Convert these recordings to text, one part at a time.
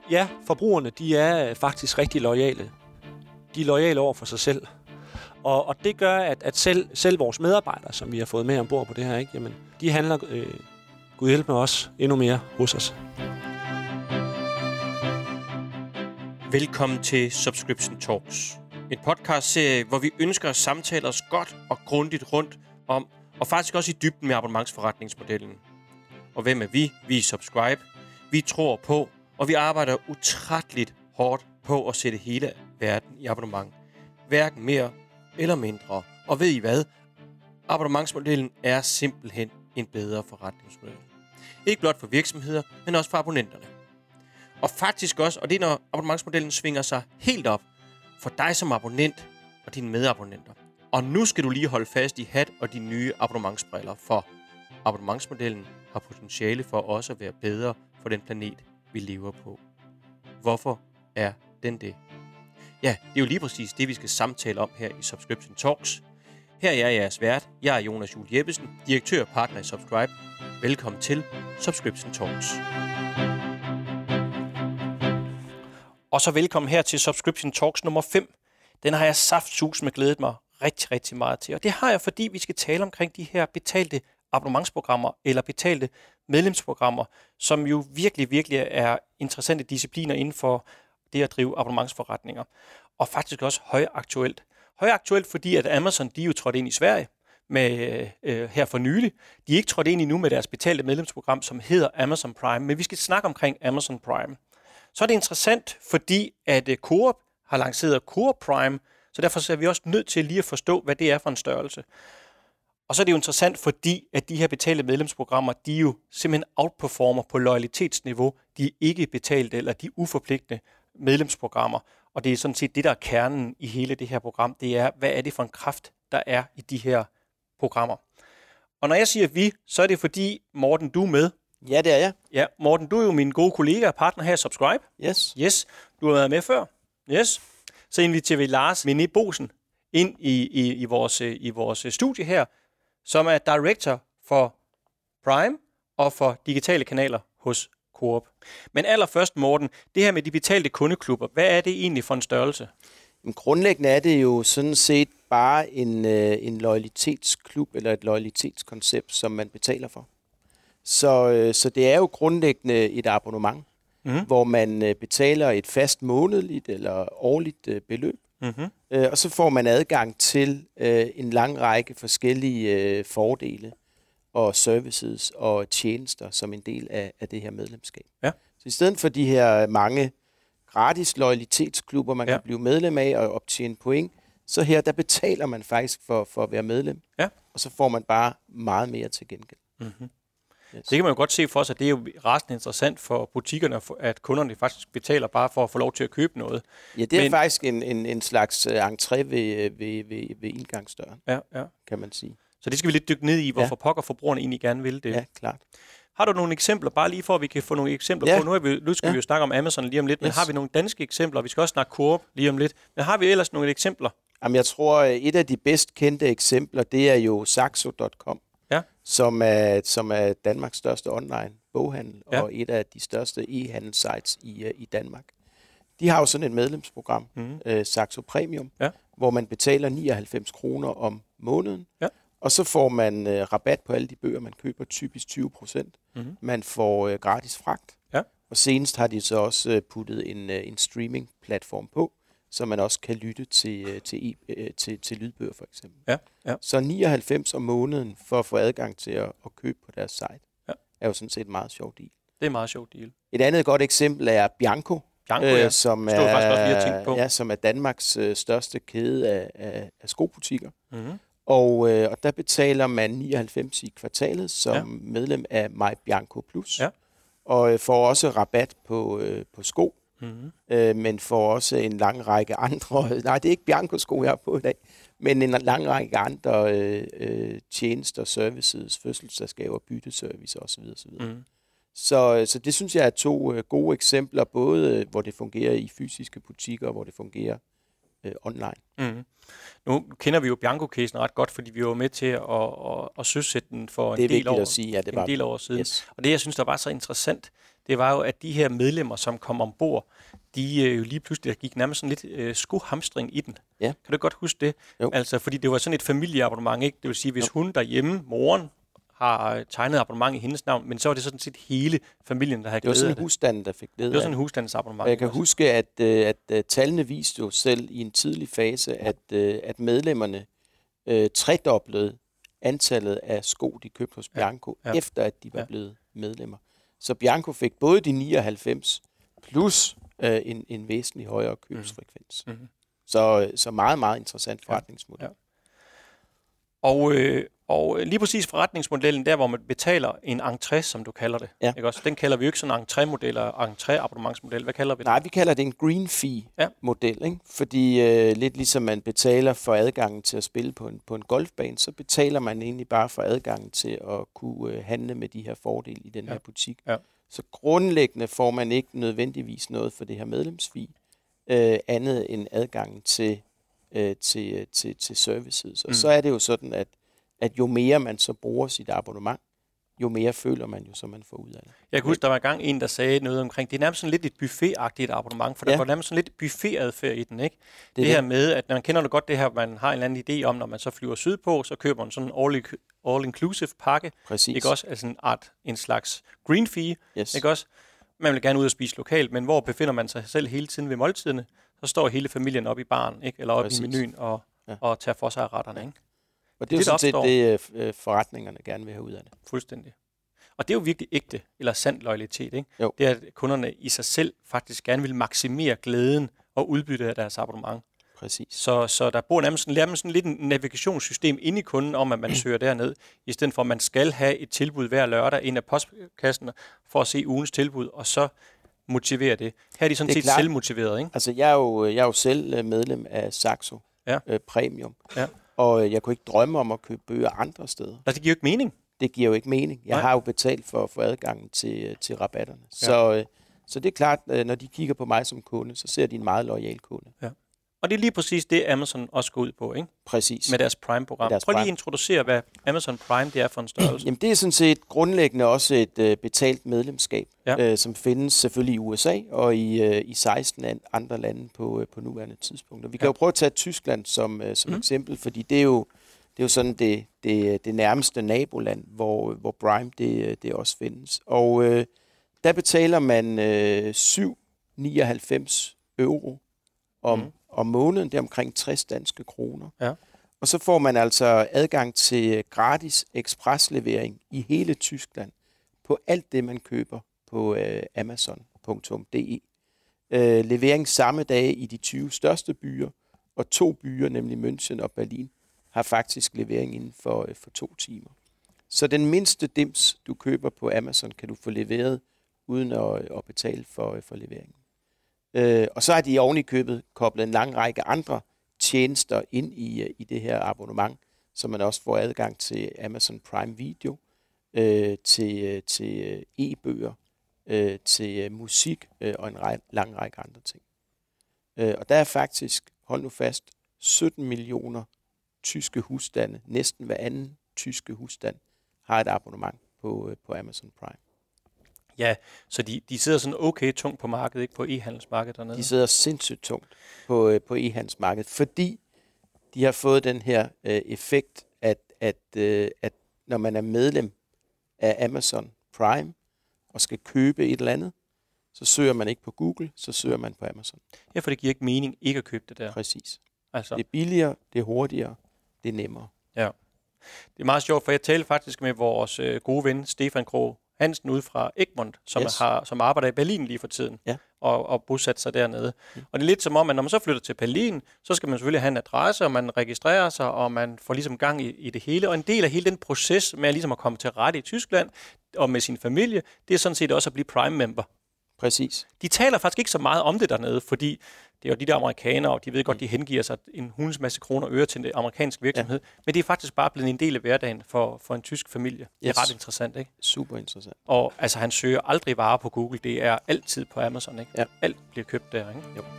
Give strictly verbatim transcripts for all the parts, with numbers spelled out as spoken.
ja, forbrugerne, de er faktisk rigtig loyale. De er loyale over for sig selv. Og, og det gør, at, at selv, selv vores medarbejdere, som vi har fået med ombord på det her, ikke, jamen, de handler, øh, Gud hjælp med os, endnu mere hos os. Velkommen til Subscription Talks. En podcastserie, hvor vi ønsker at samtale os godt og grundigt rundt om, og faktisk også i dybden med abonnementsforretningsmodellen. Og hvem er vi? Vi er Subscribe. Vi tror på, og vi arbejder utrætteligt hårdt på at sætte hele verden i abonnement. Hverken mere eller mindre. Og ved I hvad? Abonnementsmodellen er simpelthen en bedre forretningsmodel. Ikke blot for virksomheder, men også for abonnenterne. Og faktisk også, og det er når abonnementsmodellen svinger sig helt op, for dig som abonnent og dine medabonnenter. Og nu skal du lige holde fast i hat og de nye abonnementsbriller, for abonnementsmodellen har potentiale for også at være bedre for den planet, vi lever på. Hvorfor er den det? Ja, det er jo lige præcis det, vi skal samtale om her i Subscription Talks. Her er jeg jeres vært. Jeg er Jonas Juhl Jeppesen, direktør og partner i Subscribe. Velkommen til Subscription Talks. Og så velkommen her til Subscription Talks nummer fem. Den har jeg saftsus med glædet mig rigtig, rigtig meget til. Og det har jeg, fordi vi skal tale omkring de her betalte abonnementsprogrammer eller betalte medlemsprogrammer, som jo virkelig, virkelig er interessante discipliner inden for det at drive abonnementsforretninger. Og faktisk også højaktuelt. Højaktuelt, fordi at Amazon, de er jo trådt ind i Sverige med, øh, her for nylig. De er ikke trådt ind endnu med deres betalte medlemsprogram, som hedder Amazon Prime, men vi skal snakke omkring Amazon Prime. Så er det interessant, fordi at Coop har lanceret Coop Prime, så derfor er vi også nødt til lige at forstå, hvad det er for en størrelse. Og så er det jo interessant, fordi at de her betalte medlemsprogrammer, de jo simpelthen outperformer på loyalitetsniveau de ikke betalte eller de uforpligtende medlemsprogrammer. Og det er sådan set det, der er kernen i hele det her program. Det er, hvad er det for en kraft, der er i de her programmer. Og når jeg siger vi, så er det fordi, Morten, du er med. Ja, det er jeg. Ja, Morten, du er jo min gode kollega og partner her i Subscribe. Yes. Yes, du har været med før. Yes. Så inviterer vi Lars Mené Bosen ind i, i, i, vores, i vores studie her, som er director for Prime og for digitale kanaler hos Coop. Men allerførst, Morten, det her med de betalte kundeklubber, hvad er det egentlig for en størrelse? Grundlæggende er det jo sådan set bare en, øh, en loyalitetsklub eller et loyalitetskoncept, som man betaler for. Så, øh, så det er jo grundlæggende et abonnement, mm-hmm. hvor man øh, betaler et fast månedligt eller årligt øh, beløb. Mm-hmm. Øh, og så får man adgang til øh, en lang række forskellige øh, fordele og services og tjenester som en del af, af det her medlemskab. Ja. Så i stedet for de her mange gratis loyalitetsklubber, man ja. kan blive medlem af og optjene point, så her der betaler man faktisk for, for at være medlem, ja. og så får man bare meget mere til gengæld. Mm-hmm. Yes. Det kan man jo godt se for sig, at det er jo resten interessant for butikkerne, at kunderne faktisk betaler bare for at få lov til at købe noget. Ja, det er Men, faktisk en, en, en slags entré ved, ved, ved, ved indgangsdøren, ja, ja. kan man sige. Så det skal vi lidt dykke ned i, hvorfor ja. pokker forbrugerne egentlig gerne vil det. Ja, klart. Har du nogle eksempler, bare lige for at vi kan få nogle eksempler ja. på? Nu, er vi, nu skal ja. vi jo snakke om Amazon lige om lidt, men yes. har vi nogle danske eksempler? Vi skal også snakke Coop lige om lidt. Men har vi ellers nogle eksempler? Jamen, jeg tror, et af de bedst kendte eksempler, det er jo Saxo punktum com. Ja. Som, er, som er Danmarks største online boghandel, ja. og et af de største e-handelssites i, i Danmark. De har jo sådan et medlemsprogram, mm. øh, Saxo Premium, ja. hvor man betaler nioghalvfems kroner om måneden, ja. og så får man øh, rabat på alle de bøger, man køber, typisk tyve procent. Mm. Man får øh, gratis fragt, ja. og senest har de så også øh, puttet en, øh, en streaming-platform på, så man også kan lytte til, til, til, til, til lydbøger for eksempel. Ja, ja. Så nioghalvfems om måneden for at få adgang til at, at købe på deres site, ja. er jo sådan set en meget sjov deal. Det er en meget sjov deal. Et andet godt eksempel er Bianco, Bianco øh, ja. som, er, på. Ja, som er Danmarks øh, største kæde af, af, af skobutikker. Mm-hmm. Og, øh, og der betaler man nioghalvfems i kvartalet som ja. medlem af My Bianco Plus, ja. og øh, får også rabat på, øh, på sko. Mm-hmm. Øh, men får også en lang række andre, nej, det er ikke Bianco-sko, jeg har på i dag, men en lang række andre øh, øh, tjenester, services, fødselsdagsgaver, bytteservice osv. osv. Mm. Så, så det synes jeg er to øh, gode eksempler, både øh, hvor det fungerer i fysiske butikker, og hvor det fungerer øh, online. Mm. Nu kender vi jo Bianco-casen ret godt, fordi vi var med til at, at, at søsætte den for en del år, at sige, ja, det var en del år siden. Yes. Og det, jeg synes, der var så interessant, det var jo, at de her medlemmer, som kom ombord, de øh, jo lige pludselig der gik nærmest sådan lidt øh, skohamstring i den. Ja. Kan du godt huske det? Jo. Altså, fordi det var sådan et familieabonnement, ikke? Det vil sige, hvis jo. hun derhjemme, moren, har tegnet abonnement i hendes navn, men så var det sådan set hele familien, der havde glædet af det. Det var sådan en husstand, der fik glæde af det. Det var sådan en husstandsabonnement. Og jeg kan også huske, at, at, at tallene viste jo selv i en tidlig fase, at, at medlemmerne øh, tredoblede antallet af sko, de købte hos Bianco, ja. Ja. efter at de var ja. blevet medlemmer. Så Bianco fik både de nioghalvfems plus øh, en, en væsentlig højere købsfrekvens. Mm-hmm. Så, så meget, meget interessant forretningsmodel. Ja. Ja. Og, øh, og lige præcis forretningsmodellen, der hvor man betaler en entré, som du kalder det. Ja. Ikke også? Den kalder vi jo ikke sådan en entré-model eller entré-abonnementsmodel. Hvad kalder vi det? Nej, vi kalder det en green fee-model. Ja. Ikke? Fordi øh, lidt ligesom man betaler for adgangen til at spille på en, på en golfbane, så betaler man egentlig bare for adgangen til at kunne øh, handle med de her fordele i den ja. her butik. Ja. Så grundlæggende får man ikke nødvendigvis noget for det her medlemsfee, øh, andet end adgangen til Øh, til, til, til services. Og mm. så er det jo sådan, at, at jo mere man så bruger sit abonnement, jo mere føler man jo, så man får ud af det. Jeg kan huske, der var engang en, der sagde noget omkring, det er nærmest sådan lidt et buffet-agtigt abonnement, for der ja. går nærmest sådan lidt buffet-adfærd i den, ikke? Det, det her det. med, at man kender det godt det her, man har en eller anden idé om, når man så flyver sydpå, så køber man sådan en all-inclusive pakke. Præcis. Ikke også? Altså en art, en slags green fee, yes. ikke også? Man vil gerne ud og spise lokalt, men hvor befinder man sig selv hele tiden ved måltiderne? Så står hele familien op i baren, ikke? Eller op Præcis. i menuen og, ja. og tager for sig af retterne. Ikke? Og det er jo sådan set det, øh, forretningerne gerne vil have ud af det. Fuldstændig. Og det er jo virkelig ægte eller sand loyalitet. Ikke? Jo. Det er, at kunderne i sig selv faktisk gerne vil maksimere glæden og udbytte af deres abonnement. Præcis. Så, så der bor nærmest, nærmest sådan lidt en navigationssystem inde i kunden om, at man søger derned, i stedet for at man skal have et tilbud hver lørdag ind af postkassen for at se ugens tilbud, og så motivere det. Her er de sådan set selvmotiveret, ikke? Altså, jeg er, jo, jeg er jo selv medlem af Saxo ja. øh, Premium, ja. og jeg kunne ikke drømme om at købe bøger andre steder. Nej, det giver jo ikke mening. Det giver jo ikke mening. Jeg Nej. har jo betalt for, for adgangen til, til rabatterne. Ja. Så, øh, så det er klart, når de kigger på mig som kunde, så ser de en meget loyal kunde. Ja. Og det er lige præcis det, Amazon også går ud på, ikke? Præcis. Med deres Prime-program. Deres Prøv lige at introducere, hvad Amazon Prime det er for en størrelse. Jamen, det er sådan set grundlæggende også et øh, betalt medlemskab, ja. øh, som findes selvfølgelig i U S A og i, øh, i seksten andre lande på, øh, på nuværende tidspunkt. Og vi kan ja. jo prøve at tage Tyskland som, øh, som mm. eksempel, fordi det er jo, det er jo sådan det, det, det nærmeste naboland, hvor, hvor Prime det, det også findes. Og øh, der betaler man øh, syv komma nioghalvfems euro om mm. om måneden, det er omkring tres danske kroner. Ja. Og så får man altså adgang til gratis ekspreslevering i hele Tyskland på alt det, man køber på øh, amazon punktum d e. Øh, levering samme dag i de tyve største byer, og to byer, nemlig München og Berlin, har faktisk levering inden for, øh, for to timer. Så den mindste dims, du køber på Amazon, kan du få leveret uden at, at betale for, øh, for leveringen. Øh, og så har de oven i købet koblet en lang række andre tjenester ind i, i det her abonnement, så man også får adgang til Amazon Prime Video, øh, til, til e-bøger, øh, til musik øh, og en rej- lang række andre ting. Øh, og der er faktisk, hold nu fast, sytten millioner tyske husstande, næsten hver anden tyske husstand, har et abonnement på, på Amazon Prime. Ja, så de, de sidder sådan okay tungt på markedet, ikke på e-handelsmarkedet dernede? De sidder sindssygt tungt på, på e-handelsmarkedet, fordi de har fået den her øh, effekt, at, at, øh, at når man er medlem af Amazon Prime og skal købe et eller andet, så søger man ikke på Google, så søger man på Amazon. Ja, for det giver ikke mening ikke at købe det der. Præcis. Altså. Det er billigere, det er hurtigere, det er nemmere. Ja. Det er meget sjovt, for jeg talte faktisk med vores øh, gode ven, Stefan Krog Hansen ude fra Egmont, som, yes. har, som arbejder i Berlin lige for tiden, ja. og, og bosat sig dernede. Mm. Og det er lidt som om, at når man så flytter til Berlin, så skal man selvfølgelig have en adresse, og man registrerer sig, og man får ligesom gang i, i det hele. Og en del af hele den proces med at, ligesom at komme til rette i Tyskland, og med sin familie, det er sådan set også at blive Prime-member. Præcis. De taler faktisk ikke så meget om det dernede, fordi det er jo de der amerikanere, og de ved godt, de hengiver sig en hunds masse kroner og øre til en amerikansk virksomhed. Ja. Men det er faktisk bare blevet en del af hverdagen for, for en tysk familie. Yes. Det er ret interessant, ikke? Super interessant. Og altså, han søger aldrig varer på Google. Det er altid på Amazon, ikke? Ja. Alt bliver købt der, ikke? Jo.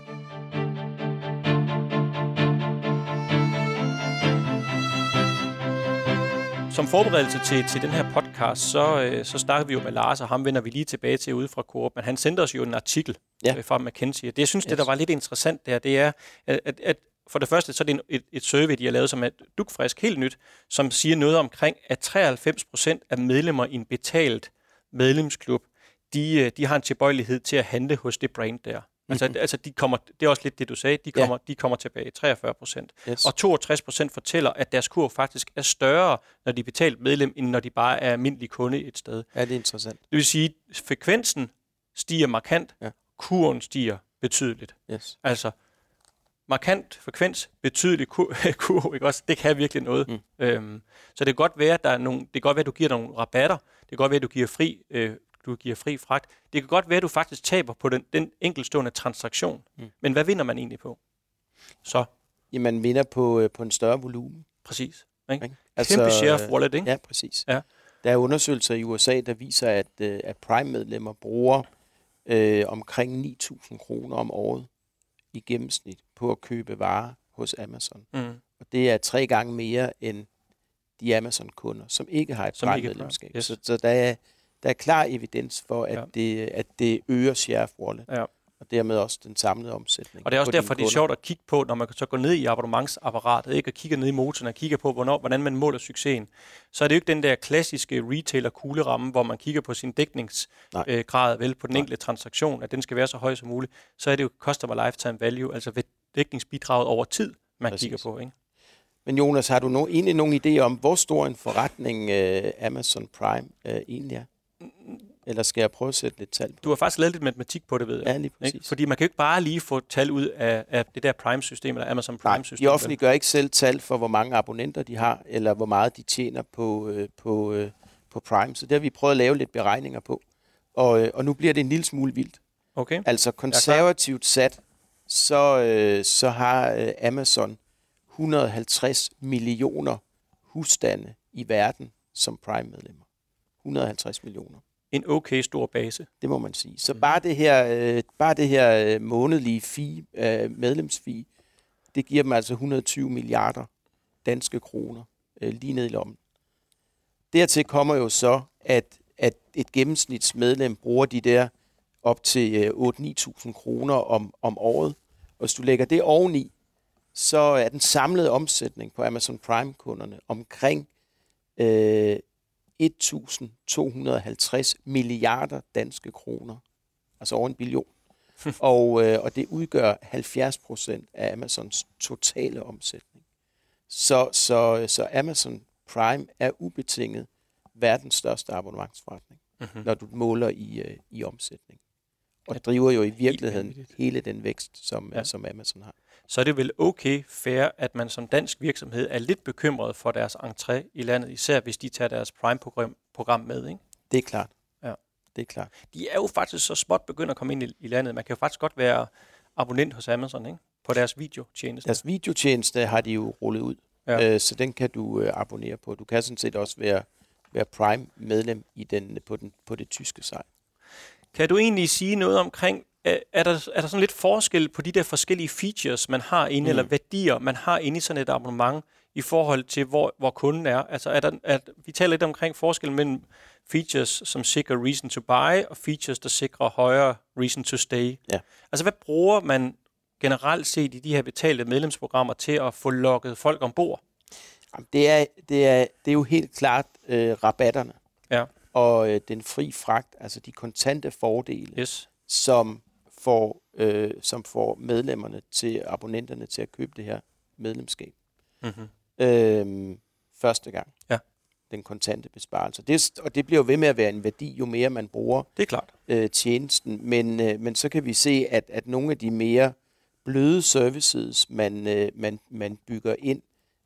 som forberedelse til, til den her podcast, så, øh, så snakker vi jo med Lars, og ham vender vi lige tilbage til ude fra Coop, men han sendte os jo en artikel ja. øh, fra McKinsey. Det, jeg synes, yes. det der var lidt interessant der, det er, at, at, at for det første, så er det en, et, et survey, de har lavet, som er dugfrisk, helt nyt, som siger noget omkring, at treoghalvfems procent af medlemmer i en betalt medlemsklub, de, de har en tilbøjelighed til at handle hos det brand der. Altså, mm-hmm. altså de kommer, det er også lidt det, du sagde, de kommer, ja. de kommer tilbage, treogfyrre procent. Yes. Og toogtres procent fortæller, at deres kurv faktisk er større, når de er betalt medlem, end når de bare er almindelig kunde et sted. Ja, det er interessant. Det vil sige, at frekvensen stiger markant, ja. kurven stiger betydeligt. Yes. Altså, markant frekvens, betydelig kurve, ikke også? Det kan virkelig noget. Mm. Øhm, så det kan godt være, at der er nogle, det kan godt være, at du giver nogle rabatter, det kan godt være, at du giver fri øh, du giver fri fragt. Det kan godt være, at du faktisk taber på den, den enkeltstående transaktion. Mm. Men hvad vinder man egentlig på? Så. Jamen, man vinder på, øh, på en større volumen. Præcis. Ikke? Ikke? Altså, kæmpe share of wallet, ikke? Ja, præcis. Ja. Der er undersøgelser i U S A, der viser, at, øh, at Prime-medlemmer bruger øh, omkring ni tusind kroner om året i gennemsnit på at købe varer hos Amazon. Mm. Og det er tre gange mere end de Amazon-kunder, som ikke har et Prime-medlemskab. Yes. Så, så der er Der er klar evidens for, at, ja. det, at det øger share of wallet, ja. og dermed også den samlede omsætning. Og det er også derfor, det er sjovt at kigge på, når man så går ned i abonnementsapparatet, ikke, og kigger ned i motoren og kigger på, hvornår, hvordan man måler succesen. Så er det jo ikke den der klassiske retailer-kugleramme, hvor man kigger på sin dækningsgrad, øh, vel, på den Nej. enkelte transaktion, at den skal være så høj som muligt. Så er det jo customer lifetime value, altså dækningsbidraget over tid, man Præcis. kigger på, ikke? Men Jonas, har du no, egentlig nogle idéer om, hvor stor en forretning øh, Amazon Prime øh, egentlig er? Eller skal jeg prøve at sætte lidt tal på? Du har faktisk lavet lidt matematik på det, ved jeg. Ja, lige præcis. Ikke? Fordi man kan jo ikke bare lige få tal ud af, af det der Prime-system, eller Amazon Prime-system. Nej, de offentliggør ikke selv tal for, hvor mange abonnenter de har, eller hvor meget de tjener på, øh, på, øh, på Prime. Så det har vi prøvet at lave lidt beregninger på. Og, øh, og nu bliver det en lille smule vildt. Okay. Altså konservativt sat, så, øh, så har øh, Amazon et hundrede og halvtreds millioner husstande i verden som Prime-medlemmer. et hundrede og halvtreds millioner. En okay stor base. Det må man sige. Så mm. bare det her, øh, bare det her øh, månedlige fee, øh, medlemsfee, det giver dem altså et hundrede og tyve milliarder danske kroner øh, lige ned i lommen. Dertil kommer jo så, at, at et gennemsnitsmedlem bruger de der op til øh, otte til ni tusind kroner om, om året. Og hvis du lægger det oveni, så er den samlede omsætning på Amazon Prime-kunderne omkring øh, et tusind to hundrede og halvtreds milliarder danske kroner. Altså over en billion. og, øh, og det udgør halvfjerds procent af Amazons totale omsætning. Så, så, så Amazon Prime er ubetinget verdens største abonnementsforretning, mm-hmm. når du måler i, øh, i omsætning. Og det driver jo i virkeligheden hele den vækst, som, ja. som Amazon har. Så er det vel okay fair, at man som dansk virksomhed er lidt bekymret for deres entré i landet, især hvis de tager deres Prime-program program med, ikke? Det er klart. Ja. Det er klart. De er jo faktisk så småt begyndt at komme ind i, i landet. Man kan jo faktisk godt være abonnent hos Amazon, ikke? På deres videotjeneste. Deres videotjeneste har de jo rullet ud, ja. øh, så den kan du øh, abonnere på. Du kan sådan set også være, være Prime-medlem i den, på, den, på det tyske site. Kan du egentlig sige noget omkring, er der, er der sådan lidt forskel på de der forskellige features, man har inde, mm. eller værdier, man har inde i sådan et abonnement, i forhold til, hvor, hvor kunden er? Altså, er der, er, vi taler lidt omkring forskellen mellem features, som sikrer reason to buy, og features, der sikrer højere reason to stay. Ja. Altså, hvad bruger man generelt set i de her betalte medlemsprogrammer til at få lukket folk ombord? Det er, det er, det er jo helt klart øh, rabatterne. Ja. Og øh, den fri fragt, altså de kontante fordele, yes. som, får, øh, som får medlemmerne til, abonnenterne til at købe det her medlemskab. Mm-hmm. Øhm, første gang. Ja. Den kontante besparelse. Det, og det bliver jo ved med at være en værdi, jo mere man bruger det er klart. Øh, tjenesten. Men, øh, men så kan vi se, at, at nogle af de mere bløde services, man, øh, man, man bygger ind,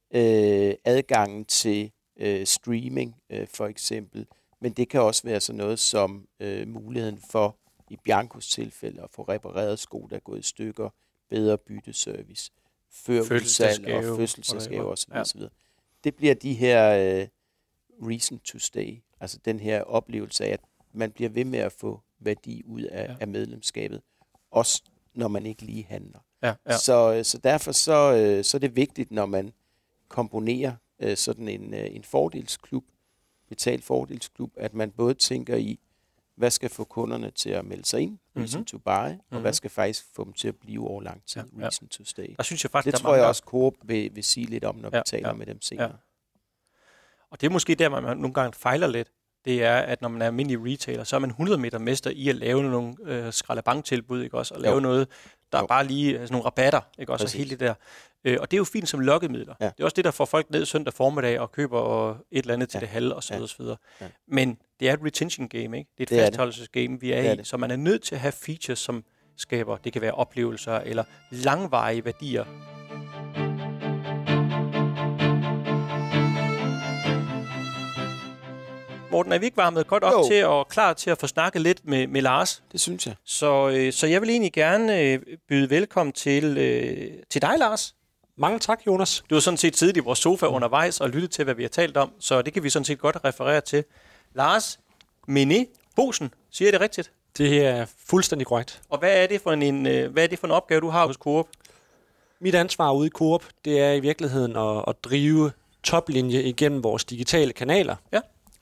øh, adgangen til øh, streaming øh, for eksempel, men det kan også være sådan noget som øh, muligheden for, i Biancos tilfælde, at få repareret sko, der er gået i stykker, bedre bytteservice, fødselssalg og fødselsdagsgave osv. Ja. osv. Det bliver de her øh, reason to stay, altså den her oplevelse af, at man bliver ved med at få værdi ud af, ja. af medlemskabet, også når man ikke lige handler. Ja, ja. Så, så derfor så, øh, så er det vigtigt, når man komponerer øh, sådan en, øh, en fordelsklub, betalt fordelsklub, at man både tænker i, hvad skal få kunderne til at melde sig ind, reason mm-hmm. to buy, og mm-hmm. hvad skal faktisk få dem til at blive over lang tid, ja, reason ja. to stay. Der synes jeg faktisk, det der tror jeg også, Coop vil, vil sige lidt om, når ja, vi taler ja, med dem senere. Ja. Og det er måske der, man nogle gange fejler lidt. Det er, at når man er almindelig retailer, så er man hundrede meter mester i at lave nogle øh, skraldebanktilbud, ikke også? Og lave jo. noget, der jo. er bare lige altså nogle rabatter, ikke også? Og hele det der. Øh, og det er jo fint som lokkemidler. Ja. Det er også det, der får folk ned søndag formiddag og køber og et eller andet til ja. det halve, og så videre, ja. så videre. Ja. Men det er et retention game, ikke? Det er et det fastholdelsesgame, vi er, er i. Det. Så man er nødt til at have features, som skaber, det kan være oplevelser eller langvarige værdier. Morten, er vi ikke varmet godt op jo. til og klar til at få snakket lidt med, med Lars? Det synes jeg. Så, øh, så jeg vil egentlig gerne øh, byde velkommen til, øh, til dig, Lars. Mange tak, Jonas. Du har sådan set siddet i vores sofa mm. undervejs og lyttet til, hvad vi har talt om, så det kan vi sådan set godt referere til. Lars Mené Boesen, siger jeg det rigtigt? Det er fuldstændig korrekt. Og hvad er det for en, øh, hvad er det for en opgave, du har hos Coop? Mit ansvar ude i Coop, det er i virkeligheden at, at drive toplinje igennem vores digitale kanaler. Ja.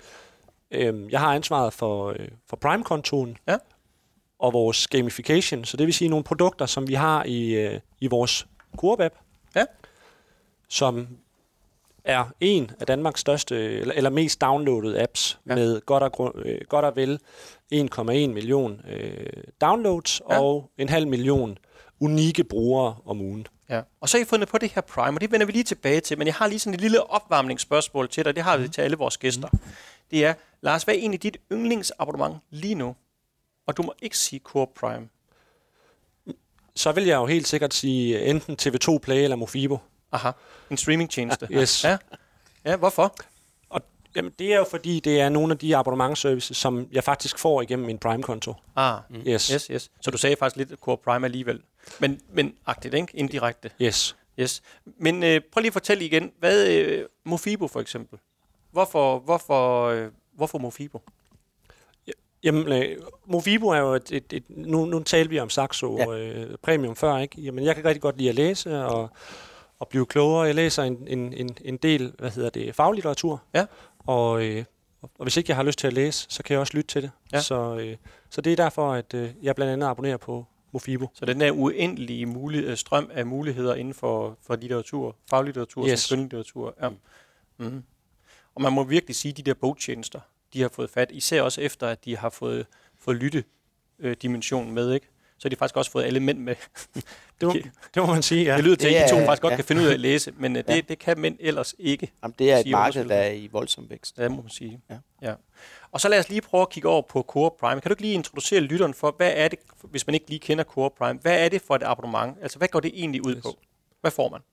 Jeg har ansvaret for, for Prime-kontoen ja. og vores gamification, så det vil sige nogle produkter, som vi har i, i vores Coop-app, ja. som er en af Danmarks største eller, eller mest downloadede apps ja. med godt og, godt og vel en komma en million øh, downloads ja. og en halv million unikke brugere om ugen. Ja. Og så har I fundet på det her Prime, og det vender vi lige tilbage til, men jeg har lige sådan et lille opvarmningsspørgsmål til dig, det har vi til alle vores gæster. Mm. Det er, Lars, hvad er egentlig dit yndlingsabonnement lige nu? Og du må ikke sige Coop Prime. Så vil jeg jo helt sikkert sige enten T V to Play eller Mofibo. Aha, en streamingtjeneste. Ja, yes. Ja. Ja, hvorfor? Og jamen, det er jo fordi, det er nogle af de abonnementsservices, som jeg faktisk får igennem min Prime-konto. Ah, mm. yes. yes, yes. Så du sagde faktisk lidt Coop Prime alligevel. Men, men agtigt, ikke? Indirekte. Yes. Yes. Men øh, prøv lige at fortælle igen, hvad øh, Mofibo for eksempel? Hvorfor, hvorfor, øh, hvorfor Mofibo? Jamen, øh, Mofibo er jo et, et, et nu, nu talte vi om Saxo ja. øh, Premium før, ikke? Jamen, jeg kan rigtig godt lide at læse og, og blive klogere. Jeg læser en, en, en, en del, hvad hedder det, faglitteratur. Ja. Og, øh, og hvis ikke jeg har lyst til at læse, så kan jeg også lytte til det. Ja. Så, øh, så det er derfor, at øh, jeg blandt andet abonnerer på Mofibo. Så den der uendelige mulighed, strøm af muligheder inden for, for litteratur, faglitteratur, yes. som skønlitteratur. Ja. Mm. Mm. Og man må virkelig sige, at de der bogtjenester, de har fået fat, især også efter, at de har fået, fået lytte-dimensionen øh, med, ikke? Så har de faktisk også fået alle mænd med. det, må, det må man sige, ja. Det lyder til, at de to faktisk ja. godt kan finde ud af at læse, men øh, det, ja. det kan mænd ellers ikke. Jamen, det er et marked, der er i voldsom vækst. Det må man sige. Ja. Ja. Og så lad os lige prøve at kigge over på Coop Prime. Kan du ikke lige introducere lytteren for, hvad er det, hvis man ikke lige kender Coop Prime, hvad er det for et abonnement? Altså, hvad går det egentlig ud yes. på? Hvad får man?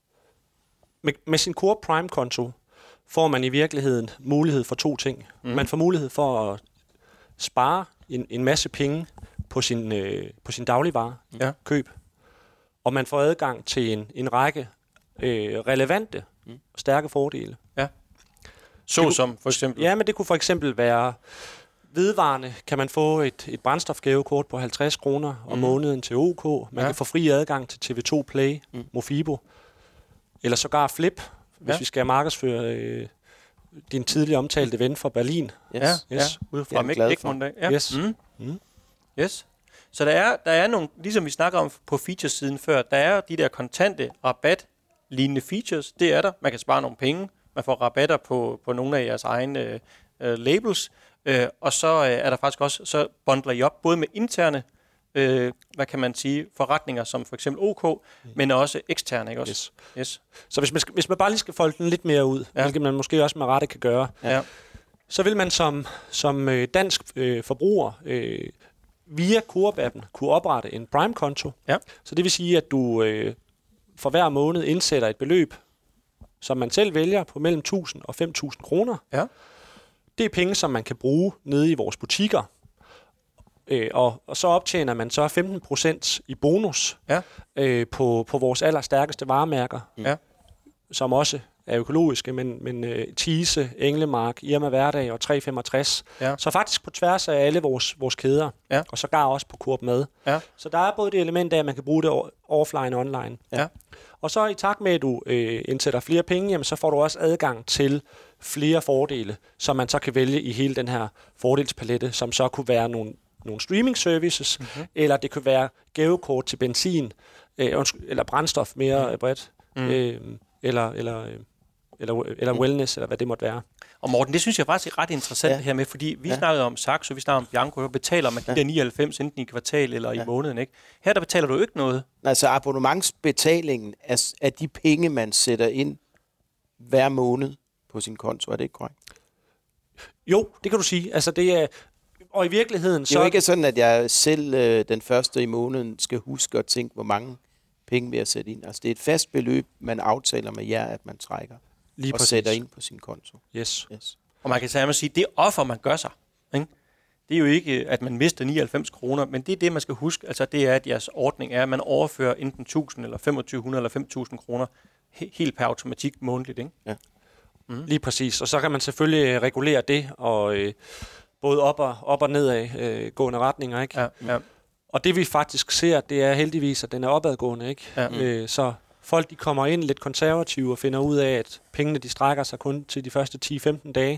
Med, med sin Coop Prime-konto får man i virkeligheden mulighed for to ting. Mm. Man får mulighed for at spare en, en masse penge på sin, øh, på sin dagligvare ja. køb, og man får adgang til en, en række øh, relevante mm. og stærke fordele. Ja. Så som for eksempel? Ja, men det kunne for eksempel være vedvarende. Kan man få et, et brændstofgavekort på halvtreds kroner om mm. måneden til OK. Man ja. kan få fri adgang til T V to Play, mm. Mofibo, eller sågar Flip, hvis ja. vi skal markedsføre øh, din tidligere omtalte ven fra Berlin. Yes. Ja, yes. ja. Ude fra Egmont. Ja. Yes. Mm. Mm. Yes. Så der er, der er nogle, ligesom vi snakker om på features-siden før, der er de der kontante rabat-lignende features. Det er der. Man kan spare nogle penge. Man får rabatter på, på nogle af jeres egne øh, labels. Øh, og så øh, er der faktisk også, så bundler I op både med interne, øh, hvad kan man sige, forretninger som for eksempel OK, mm. men også eksterne, ikke også? Yes. Yes. Så hvis man, skal, hvis man bare lige skal folde den lidt mere ud, ja. hvilket man måske også med rette kan gøre, ja. så vil man som, som øh, dansk øh, forbruger øh, via Coop-appen kunne oprette en Prime-konto. Ja. Så det vil sige, at du øh, for hver måned indsætter et beløb, som man selv vælger på mellem tusind og fem tusind kroner. Ja. Det er penge, som man kan bruge nede i vores butikker. Øh, og, og så optjener man så femten procent i bonus ja. øh, på, på vores allerstærkeste varemærker, ja. som også er økologiske, men, men uh, Thise, Englemark, Irma Hverdag og tre femogtres. Ja. Så faktisk på tværs af alle vores, vores kæder, ja. Og sågar også på Coop Mad. Ja. Så der er både det element af, at man kan bruge det offline og online. Ja. Og så i takt med, at du øh, indsætter flere penge, jamen, så får du også adgang til flere fordele, som man så kan vælge i hele den her fordelspalette, som så kunne være nogle, nogle streaming services, mm-hmm. eller det kunne være gavekort til benzin, øh, eller brændstof mere mm. bredt, mm. øh, eller, eller, eller, eller mm. wellness, eller hvad det måtte være. Og Morten, det synes jeg faktisk er ret interessant ja. det her med, fordi vi ja. snakkede om Saxo, vi snakkede om Bianco, og betaler man de ja. der nioghalvfems enten i kvartal eller ja. i måneden, ikke? Her der betaler du ikke noget. Altså abonnementsbetalingen er, er de penge, man sætter ind hver måned på sin konto, er det ikke korrekt? Jo, det kan du sige. Altså det er, og i virkeligheden så... Det er jo ikke sådan, at jeg selv øh, den første i måneden skal huske at tænke, hvor mange penge vil jeg sætte ind. Altså det er et fast beløb, man aftaler med jer, at man trækker. Lige og præcis. Sætter ind på sin konto. Yes. yes. Og man kan simpelthen sige, det offer, man gør sig, ikke? Det er jo ikke, at man mister nioghalvfems kroner, men det er det, man skal huske. Altså det er, at jeres ordning er, at man overfører enten tusind eller femogtyve hundrede eller fem tusind kroner he- helt per automatik månedligt, ikke? Ja. Mm. Lige præcis. Og så kan man selvfølgelig regulere det, og øh, både op og, op og nedad øh, gående retninger, ikke? Ja, ja. Og det vi faktisk ser, det er heldigvis, at den er opadgående, ikke? Ja. Øh, så folk de kommer ind lidt konservative og finder ud af, at pengene de strækker sig kun til de første ti til femten dage.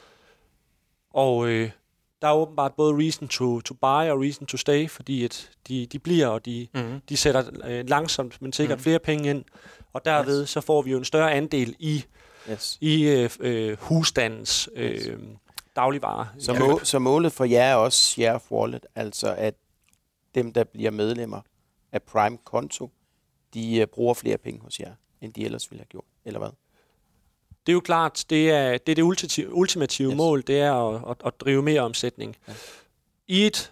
Og øh, der er åbenbart både reason to, to buy og reason to stay, fordi at de, de bliver, og de, mm-hmm. de sætter øh, langsomt, men sikkert mm-hmm. flere penge ind. Og derved yes. så får vi jo en større andel i, yes. i øh, øh, husstandens øh, yes. dagligvarer. Så, må, så målet for jer er også share of wallet, altså at dem, der bliver medlemmer af Prime-konto, de uh, bruger flere penge hos jer, end de ellers ville have gjort, eller hvad? Det er jo klart, det er det, er det ultimative, ultimative yes. mål, det er at, at, at drive mere omsætning. Ja. I et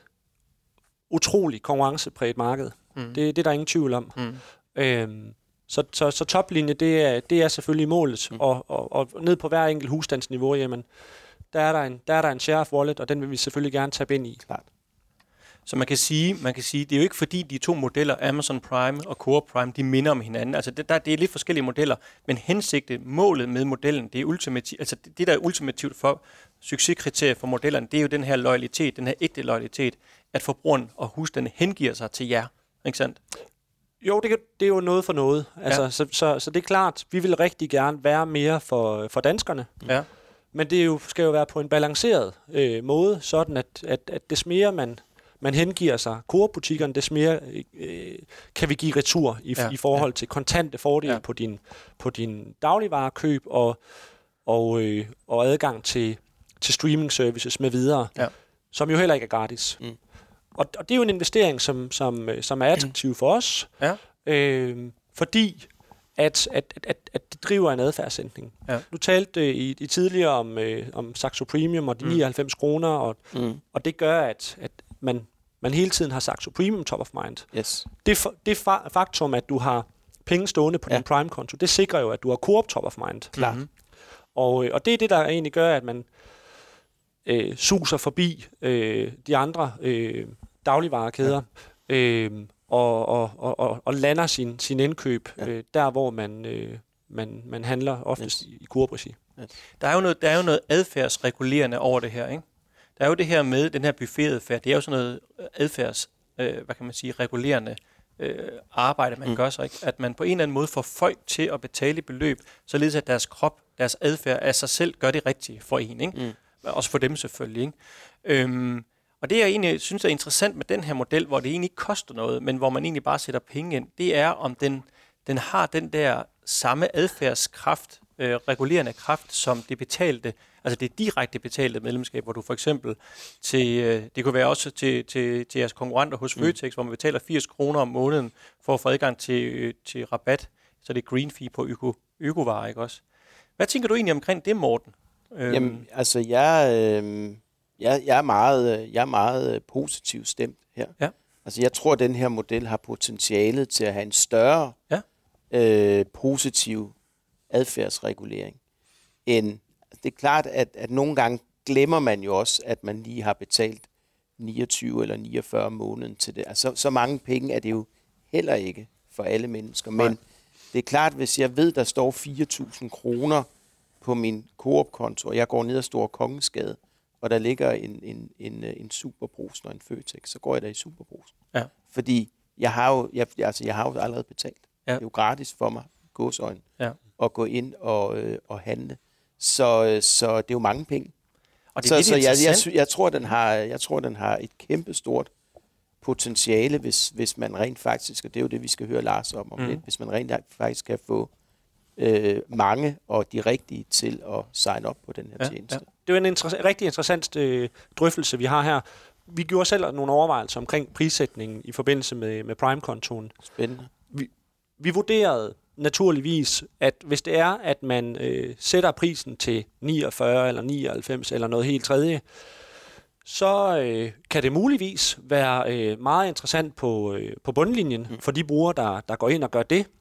utroligt konkurrencepræget marked. Mm. Det, det er der ingen tvivl om. Mm. Øhm, så, så, så toplinje, det er, det er selvfølgelig målet, mm. og, og, og ned på hver enkelt husstandsniveau, jamen, der er der en, der er der en share of wallet, og den vil vi selvfølgelig gerne tabe ind i. Klart. Så man kan sige, man kan sige, det er jo ikke fordi de to modeller, Amazon Prime og Coop Prime, de minder om hinanden. Altså det, der, det er lidt forskellige modeller, men hensigtet, målet med modellen, det er ultimativt, altså det, det der er ultimativt for succeskriterier for modellerne, det er jo den her loyalitet, den her ægte loyalitet, at forbrugeren og husstanden hengiver sig til jer, ikke sandt? Jo, det, det er jo noget for noget. Altså, ja. så, så, så det er klart, vi vil rigtig gerne være mere for, for danskerne. Ja. Men det er jo, skal jo være på en balanceret øh, måde, sådan at, at, at des mere man, man hengiver sig Coop-butikkerne, des mere øh, kan vi give retur i, ja. i forhold ja. til kontante fordele ja. på din, på din dagligvarekøb og, og, øh, og adgang til, til streaming services med videre, ja. som jo heller ikke er gratis. Mm. Og, og det er jo en investering, som, som, som er attraktiv for os, ja. øh, fordi at, at, at, at det driver en adfærdsændring. Ja. Du talte øh, i, i tidligere om, øh, om Saxo Premium og de mm. nioghalvfems kroner, og, mm. og det gør, at, at man, man hele tiden har Saxo Premium top of mind. Yes. Det, det fa- faktum, at du har penge stående på ja. din Prime-konto, det sikrer jo, at du har Coop top of mind. Klart. Mm-hmm. Og, og det er det, der egentlig gør, at man øh, suser forbi øh, de andre øh, dagligvarekæder, ja. øh, Og, og, og, og lander sin, sin indkøb ja. øh, der, hvor man, øh, man, man handler oftest yes. i Coop-regi. Yes. Der er jo noget, der er jo noget adfærdsregulerende over det her, ikke? Der er jo det her med den her buffetadfærd. Det er jo sådan noget adfærds, øh, hvad kan man sige, regulerende øh, arbejde, man mm. gør sig, ikke? At man på en eller anden måde får folk til at betale beløb, således at deres krop, deres adfærd af sig selv gør det rigtige for en, ikke? Mm. Også for dem selvfølgelig, ikke? Øhm, Og det, jeg egentlig synes er interessant med den her model, hvor det egentlig ikke koster noget, men hvor man egentlig bare sætter penge ind, det er, om den, den har den der samme adfærdskraft, øh, regulerende kraft, som det betalte, altså det direkte betalte medlemskab, hvor du for eksempel til, øh, det kunne være også til, til, til jeres konkurrenter hos Føtex, mm. hvor man betaler firs kroner om måneden for at få adgang til, øh, til rabat, så det er green fee på øko, økovarer, ikke også? Hvad tænker du egentlig omkring det, Morten? Jamen, altså jeg... Øh Jeg, jeg er meget, jeg er meget positivt stemt her. Ja. Altså, jeg tror, at den her model har potentialet til at have en større ja. øh, positiv adfærdsregulering. End, det er klart, at, at nogle gange glemmer man jo også, at man lige har betalt niogtyve eller niogfyrre måneden til det. Altså, så mange penge er det jo heller ikke for alle mennesker. Men, Det er klart, hvis jeg ved, der står fire tusind kroner på min Coop-konto, og jeg går ned ad Store Kongensgade, og der ligger en, en, en, en Superbrugsen og en Føtex, så går jeg der i Superbrugsen. Ja. Fordi jeg har jo, jeg, altså, jeg har jo allerede betalt. Ja. Det er jo gratis for mig, gåseøjne, ja. at gå ind og, øh, og handle. Så, så det er jo mange penge. Og det er så så jeg, jeg, jeg, tror, den har, jeg tror, den har et kæmpe stort potentiale, hvis, hvis man rent faktisk, og det er jo det, vi skal høre Lars om, om mm. lidt, hvis man rent faktisk kan få øh, mange og de rigtige til at signe op på den her ja, tjeneste. Ja. Det er en inter- rigtig interessant øh, drøftelse, vi har her. Vi gjorde selv nogle overvejelser omkring prissætningen i forbindelse med, med Prime-kontoen. Spændende. Vi, vi vurderede naturligvis, at hvis det er, at man øh, sætter prisen til niogfyrre eller nioghalvfems eller noget helt tredje, så øh, kan det muligvis være øh, meget interessant på, øh, på bundlinjen mm. for de brugere, der, der går ind og gør det.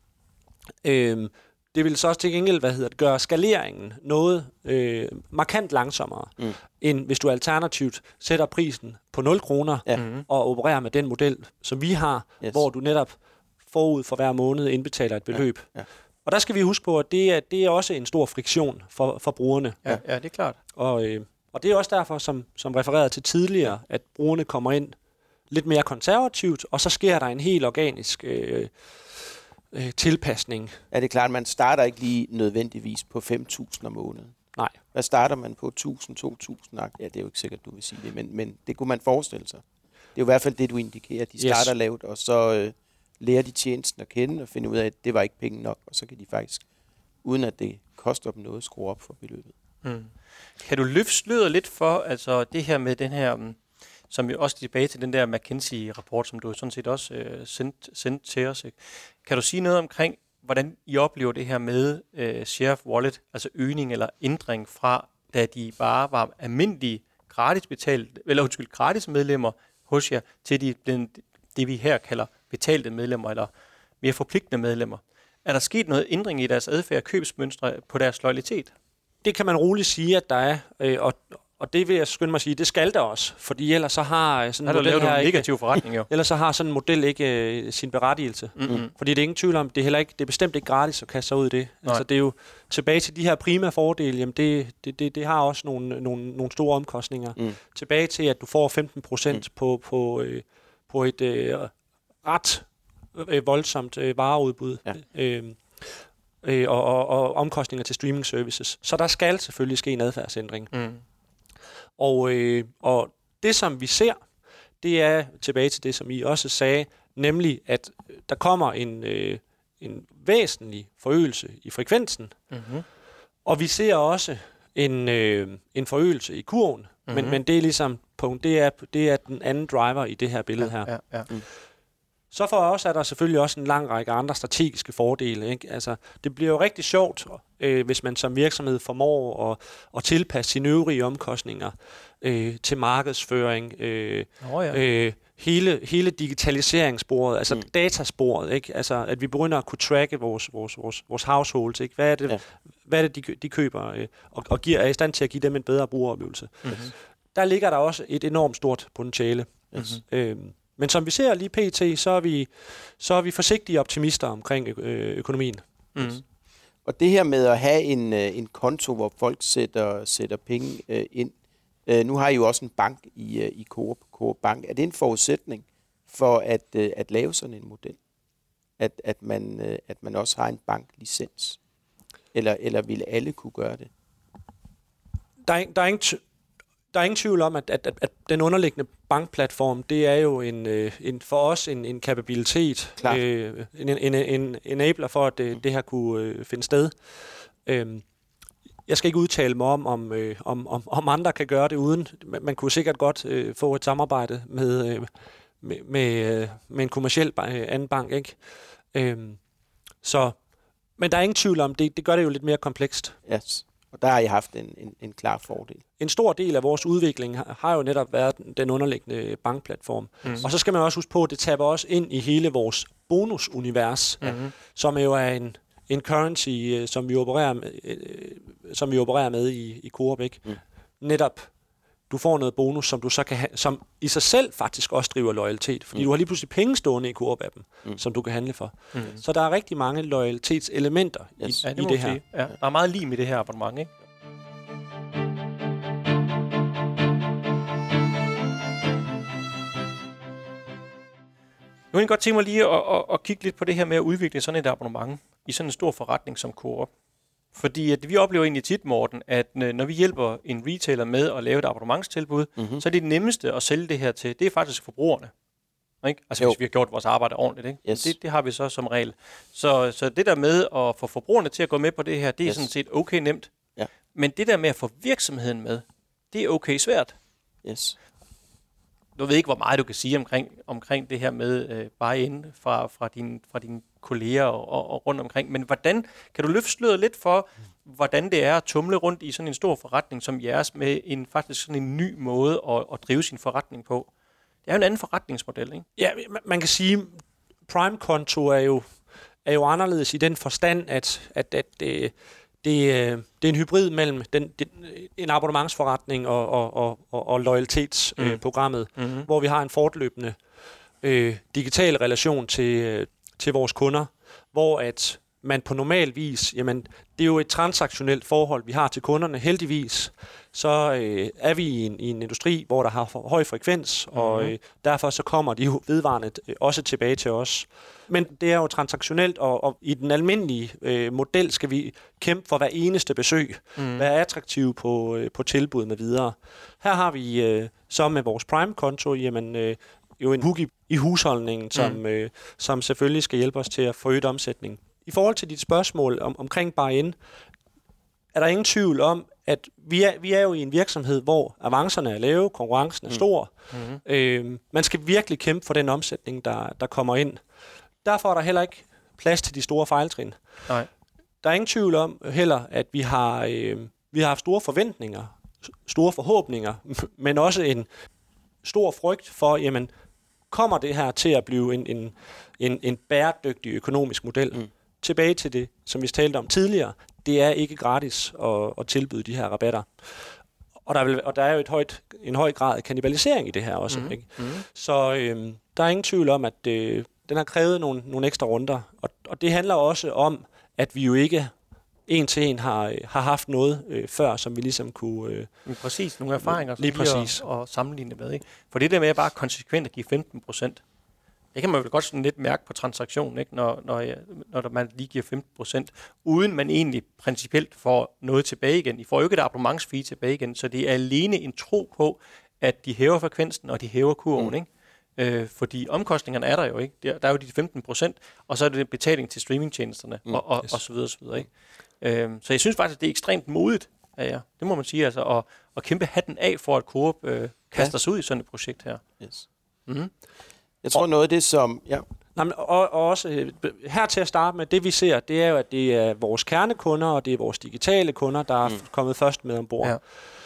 Øh, det vil så også til gengæld hvad hedder det, gøre skaleringen noget øh, markant langsommere, mm. end hvis du alternativt sætter prisen på nul kroner ja. og opererer med den model, som vi har, yes. hvor du netop forud for hver måned indbetaler et beløb. Ja. Ja. Og der skal vi huske på, at det er, det er også en stor friktion for, for brugerne. Ja, ja, det er klart. Og, øh, og det er også derfor, som, som refereret til tidligere, at brugerne kommer ind lidt mere konservativt, og så sker der en helt organisk øh, øh, tilpasning. Ja, det er klart, man starter ikke lige nødvendigvis på fem tusind om måneden. Nej. Hvad starter man på? tusind, to tusind? Ja, det er jo ikke sikkert, du vil sige det, men, men det kunne man forestille sig. Det er jo i hvert fald det, du indikerer. De starter yes. lavt, og så øh, lærer de tjenesten at kende, og finder ud af, at det var ikke penge nok, og så kan de faktisk, uden at det koster dem noget, skrue op for beløbet. Mm. Kan du løfte sløret lidt for altså det her med den her, som vi også tilbage til den der McKinsey-rapport, som du sådan set også øh, sendt, sendt til os. Ikke? Kan du sige noget omkring, hvordan I oplever det her med øh, share of wallet, altså øgning eller ændring fra, da de bare var almindelige gratis betalt, eller undskyld, gratis medlemmer hos jer, til de blev det, vi her kalder betalte medlemmer, eller mere forpligtende medlemmer. Er der sket noget ændring i deres adfærd og købsmønstre på deres loyalitet? Det kan man roligt sige, at der er, øh, og, og det vil jeg skynde mig at sige, det skal der også, fordi ellers så har sådan en model her ikke, negativ forretning, jo. Ellers så har sådan en model ikke øh, sin berettigelse. Mm-hmm. Fordi det er ingen tvivl om, det er heller ikke, det er bestemt ikke gratis at kaste sig ud i det. Nej. Altså det er jo tilbage til de her prima fordele, jamen det, det, det, det har også nogle, nogle, nogle store omkostninger. Mm. Tilbage til, at du får femten procent mm. på, på, øh, på et øh, ret øh, voldsomt øh, vareudbud. Ja. Øh, Øh, og, og, og omkostninger til streaming services. Så der skal selvfølgelig ske en adfærdsændring. Mm. Og, øh, og det, som vi ser, det er tilbage til det, som I også sagde, nemlig, at der kommer en, øh, en væsentlig forøgelse i frekvensen, mm-hmm. og vi ser også en, øh, en forøgelse i kurven, mm-hmm. men, men det er ligesom punkt, det er, det er den anden driver i det her billede her. Ja, ja, ja. Mm. Så for os er der selvfølgelig også en lang række andre strategiske fordele. Ikke? Altså, det bliver jo rigtig sjovt, øh, hvis man som virksomhed formår at, at tilpasse sine øvrige omkostninger øh, til markedsføring, øh, oh, ja. øh, hele, hele digitaliseringssporet, altså mm. datasporet, ikke? Altså, at vi begynder at kunne tracke vores, vores, vores, vores households. Ikke? Hvad er det, ja. hvad er det de, de køber, øh, og, og giver, er i stand til at give dem en bedre brugeroplevelse. Mm-hmm. Der ligger der også et enormt stort potentiale. Mm-hmm. Øh, Men som vi ser lige pt, så er vi, så er vi forsigtige optimister omkring ø- økonomien. Mm. Og det her med at have en, en konto, hvor folk sætter, sætter penge øh, ind. Øh, nu har I jo også en bank i, øh, i Coop, Coop Bank. Er det en forudsætning for at, øh, at lave sådan en model? At, at, man, øh, at man også har en banklicens? Eller, eller vil alle kunne gøre det? Der er, der er ingen... T- Der er ingen tvivl om, at, at, at den underliggende bankplatform, det er jo en, øh, en for os en, en kapabilitet, øh, en, en, en enabler for, at det, det her kunne øh, finde sted. Øh, jeg skal ikke udtale mig om, om, øh, om, om, om andre kan gøre det uden. Man, man kunne sikkert godt øh, få et samarbejde med, øh, med, med, med en kommerciel bank, øh, anden bank, ikke? Øh, så, men der er ingen tvivl om, det, det gør det jo lidt mere komplekst. Yes. Og der har I haft en, en, en klar fordel. En stor del af vores udvikling har, har jo netop været den, den underliggende bankplatform. Mm. Og så skal man også huske på, at det taber også ind i hele vores bonusunivers, mm-hmm. som jo er en, en currency, øh, som vi opererer med, øh, som vi opererer med i, i Coop. Ikke? Mm. Netop, du får noget bonus, som du så kan ha- som i sig selv faktisk også driver loyalitet, fordi mm. du har lige pludselig penge stående i Coop-appen, mm. som du kan handle for. Mm. Så der er rigtig mange loyalitetselementer yes. i, ja, det, i det her. Ja, der er meget lim i det her abonnement, ikke? Nu vil jeg godt tænke mig lige at, at, at kigge lidt på det her med at udvikle sådan et abonnement i sådan en stor forretning som Coop. Fordi at vi oplever egentlig tit, Morten, at når vi hjælper en retailer med at lave et abonnementstilbud, mm-hmm. så er det nemmeste at sælge det her til, det er faktisk forbrugerne. Ikke? Altså jo. Hvis vi har gjort vores arbejde ordentligt. Ikke? Yes. Det, det har vi så som regel. Så, så det der med at få forbrugerne til at gå med på det her, det er yes. sådan set okay nemt. Ja. Men det der med at få virksomheden med, det er okay svært. Yes. Du ved ikke, hvor meget du kan sige omkring, omkring det her med øh, buy-in fra, fra, din, fra dine kolleger og, og, og rundt omkring. Men hvordan kan du løfte sløret lidt for, hvordan det er at tumle rundt i sådan en stor forretning som jeres, med en faktisk sådan en ny måde at, at drive sin forretning på? Det er jo en anden forretningsmodel, ikke? Ja, man kan sige, Prime-konto er jo, er jo anderledes i den forstand, at, at, at det, det, det er en hybrid mellem den, den, en abonnementsforretning og, og, og, og, og loyalitetsprogrammet, mm. øh, mm-hmm. hvor vi har en fortløbende øh, digital relation til, til vores kunder, hvor at man på normal vis, jamen, det er jo et transaktionelt forhold, vi har til kunderne. Heldigvis, så øh, er vi i en, i en industri, hvor der har for høj frekvens, mm-hmm. og øh, derfor så kommer de jo vedvarende øh, også tilbage til os. Men det er jo transaktionelt, og, og i den almindelige øh, model skal vi kæmpe for hver eneste besøg, mm. være attraktive på, øh, på tilbud med videre. Her har vi øh, så med vores Prime-konto, jamen, øh, jo en hook i, i husholdningen, som, mm. øh, som selvfølgelig skal hjælpe os til at forøge omsætning. I forhold til dit spørgsmål om, omkring buy-in, er der ingen tvivl om, at vi er, vi er jo i en virksomhed, hvor avancerne er lave, konkurrencen er stor. Mm-hmm. Øh, man skal virkelig kæmpe for den omsætning, der, der kommer ind. Derfor er der heller ikke plads til de store fejltrin. Nej. Der er ingen tvivl om heller, at vi har, øh, vi har haft store forventninger, store forhåbninger, men også en stor frygt for, jamen, kommer det her til at blive en, en, en, en bæredygtig økonomisk model? Mm. Tilbage til det, som vi talte om tidligere, det er ikke gratis at, at tilbyde de her rabatter. Og der, vil, og der er jo et højt, en høj grad af kannibalisering i det her også. Mm-hmm. Ikke? Mm-hmm. Så øh, der er ingen tvivl om, at øh, den har krævet nogle, nogle ekstra runder. Og, og det handler også om, at vi jo ikke en til en har, har haft noget øh, før, som vi ligesom kunne... Øh, Men præcis, nogle erfaringer, lige præcis. At, at sammenligne med. Ikke? For det der med at bare konsekvent at give femten procent, det kan man jo godt sådan lidt mærke på transaktionen, ikke? Når, når, jeg, når man lige giver femten procent, uden man egentlig principielt får noget tilbage igen. I får jo ikke et abonnementsfee tilbage igen, så det er alene en tro på, at de hæver frekvensen, og de hæver kurven, mm. ikke? Øh, fordi omkostningerne er der jo ikke. Der, der er jo de femten procent, og så er det betaling til streamingtjenesterne, mm. og, og, yes. og så videre, så videre, ikke? Øh, så jeg synes faktisk, at det er ekstremt modigt af jer. Det må man sige, altså, at, at kæmpe hatten af for, at Coop øh, kaster sig ud i sådan et projekt her. Yes. Mm-hmm. Jeg tror noget af det, som... Ja. Nej, men, og, og også her til at starte med, det vi ser, det er jo, at det er vores kernekunder, og det er vores digitale kunder, der mm. er kommet først med ombord. Ja.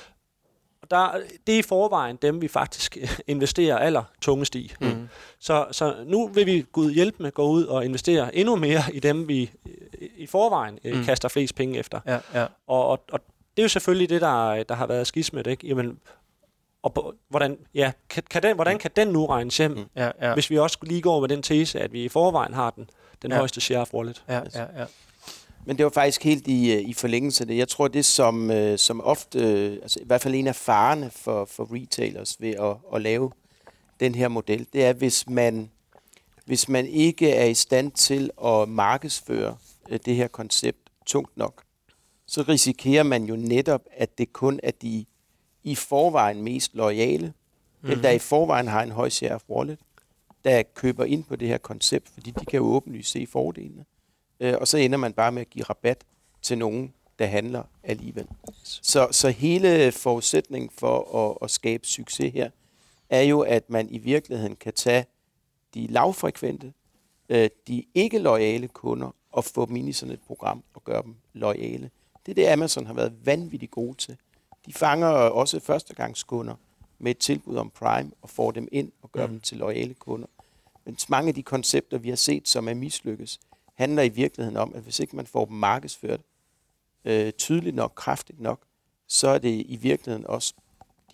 Og der, det er i forvejen dem, vi faktisk investerer aller tungest i. Mm. Så, så nu vil vi Gud hjælpe med gå ud og investere endnu mere i dem, vi i forvejen mm. kaster flest penge efter. Ja, ja. Og, og, og det er jo selvfølgelig det, der, der har været skismet, ikke? Jamen, og hvordan, ja, kan, kan den, hvordan kan den nu regnes hjem, mm. ja, ja. hvis vi også lige går med den tese, at vi i forvejen har den, den ja. højeste share of wallet. Ja, ja, ja. Men det var faktisk helt i, i forlængelse af det. Jeg tror, det som, som ofte, altså i hvert fald en af farerne for, for retailers ved at, at lave den her model, det er, hvis man, hvis man ikke er i stand til at markedsføre det her koncept tungt nok, så risikerer man jo netop, at det kun er de i forvejen mest loyale, mm-hmm. dem der i forvejen har en høj share of wallet, der køber ind på det her koncept, fordi de kan jo åbenlyst se fordelene. Øh, og så ender man bare med at give rabat til nogen, der handler alligevel. Så, så hele forudsætningen for at, at skabe succes her, er jo, at man i virkeligheden kan tage de lavfrekvente, øh, de ikke loyale kunder, og få dem ind i sådan et program og gøre dem loyale. Det er det, Amazon har været vanvittigt gode til. De fanger også førstegangskunder med et tilbud om Prime og får dem ind og gør mm. dem til loyale kunder. Men mange af de koncepter, vi har set, som er mislykkes, handler i virkeligheden om, at hvis ikke man får dem markedsført øh, tydeligt nok, kraftigt nok, så er det i virkeligheden også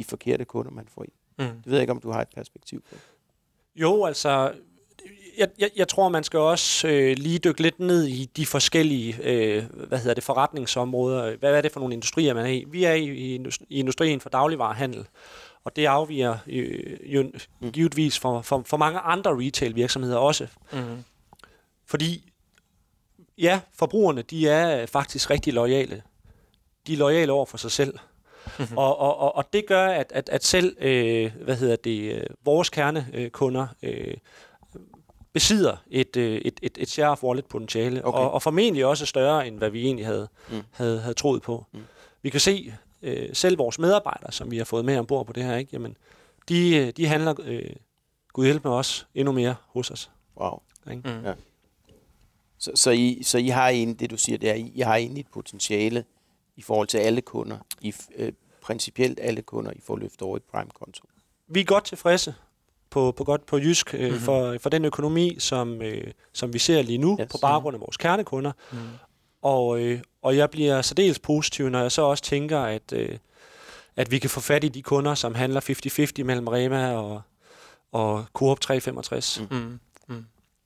de forkerte kunder, man får i. Mm. Det ved jeg ikke, om du har et perspektiv på. Jo, altså, jeg, jeg, jeg tror, man skal også øh, lige dykke lidt ned i de forskellige øh, hvad hedder det, forretningsområder. Hvad er det for nogle industrier, man er i? Vi er i, i, i industrien for dagligvarehandel, og det afviger øh, jo mm. givetvis for, for, for mange andre retail-virksomheder også. Mm. Fordi, ja, forbrugerne, de er faktisk rigtig loyale. De er loyale over for sig selv. Mm-hmm. Og, og, og, og det gør, at, at, at selv øh, hvad hedder det, vores kernekunder øh, besidder et, et, et, et share of wallet potentiale, okay. og, og formentlig også større, end hvad vi egentlig havde, mm. havde, havde troet på. Mm. Vi kan se, øh, selv vores medarbejdere, som vi har fået med ombord på det her, ikke? Jamen, de, de handler, øh, Gud hjælp med os, endnu mere hos os. Wow. Ikke? Mm. Ja. Så, så, I, så I har egentlig, det du siger, det er, I har egentlig et potentiale i forhold til alle kunder, i øh, principielt alle kunder, I får løftet over i Prime-konto. Vi er godt tilfredse på, på, godt, på jysk øh, mm-hmm. for, for den økonomi, som, øh, som vi ser lige nu, yes. på baggrund af vores kernekunder. Mm. Og, øh, og jeg bliver særdeles positiv, når jeg så også tænker, at, øh, at vi kan få fat i de kunder, som handler halvtreds halvtreds mellem Rema og, og Coop tre femogtres. Mm. Mm. Mm.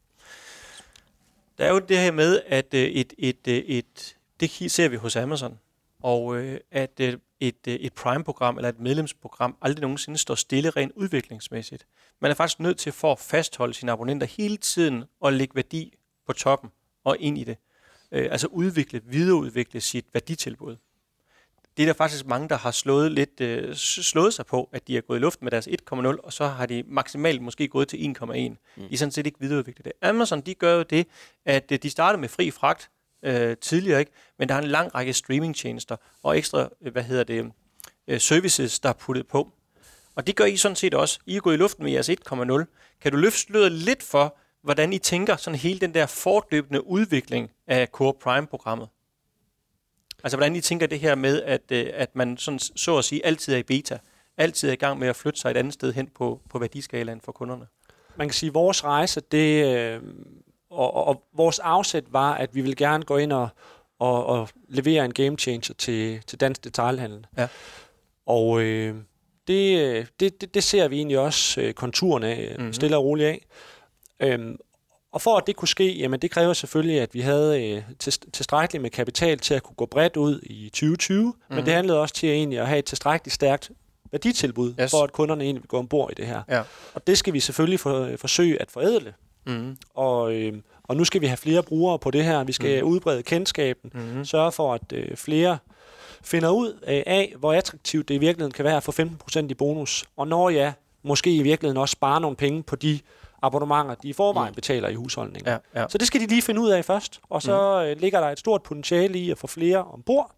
Der er jo det her med, at øh, et, et, et, et, det ser vi hos Amazon, og øh, at øh, et, et Prime-program eller et medlemsprogram aldrig nogensinde står stille rent udviklingsmæssigt. Man er faktisk nødt til for at fastholde sine abonnenter hele tiden og lægge værdi på toppen og ind i det. Øh, altså udvikle, videreudvikle sit værditilbud. Det er der faktisk mange, der har slået, lidt, øh, slået sig på, at de er gået i luften med deres et komma nul, og så har de maksimalt måske gået til en komma en. Mm. De er sådan set ikke videreudviklet det. Amazon, de gør jo det, at øh, de starter med fri fragt øh, tidligere, ikke? Men der er en lang række streamingtjenester og ekstra, øh, hvad hedder det, øh, services, der er puttet på. Og det gør I sådan set også. I er gået i luften med jeres et komma nul. Kan du løfte sløret lidt for, hvordan I tænker sådan hele den der fortløbende udvikling af Coop Prime-programmet? Altså, hvordan I tænker det her med, at, at man sådan, så at sige altid er i beta, altid er i gang med at flytte sig et andet sted hen på, på værdiskalaen for kunderne? Man kan sige, at vores rejse, det, øh, og, og, og vores afsæt var, at vi vil gerne gå ind og, og, og levere en game changer til, til dansk detailhandel. Ja. Og øh, det, det, det, det ser vi egentlig også øh, konturerne af, mm-hmm. stille og roligt af. Øhm, Og for at det kunne ske, jamen det kræver selvfølgelig, at vi havde øh, tilstrækkeligt med kapital til at kunne gå bredt ud i tyve tyve, mm-hmm. men det handlede også til egentlig at have et tilstrækkeligt stærkt værditilbud, yes. for at kunderne egentlig vil gå ombord i det her. Ja. Og det skal vi selvfølgelig for, forsøge at forædle. Mm-hmm. Og, øh, og nu skal vi have flere brugere på det her. Vi skal mm-hmm. udbrede kendskaben, mm-hmm. sørge for, at øh, flere finder ud af, af, hvor attraktivt det i virkeligheden kan være at få femten procent i bonus. Og når ja, måske i virkeligheden også spare nogle penge på de abonnementer, de i forvejen mm. betaler i husholdningen. Ja, ja. Så det skal de lige finde ud af først, og så mm. øh, ligger der et stort potentiale i at få flere ombord.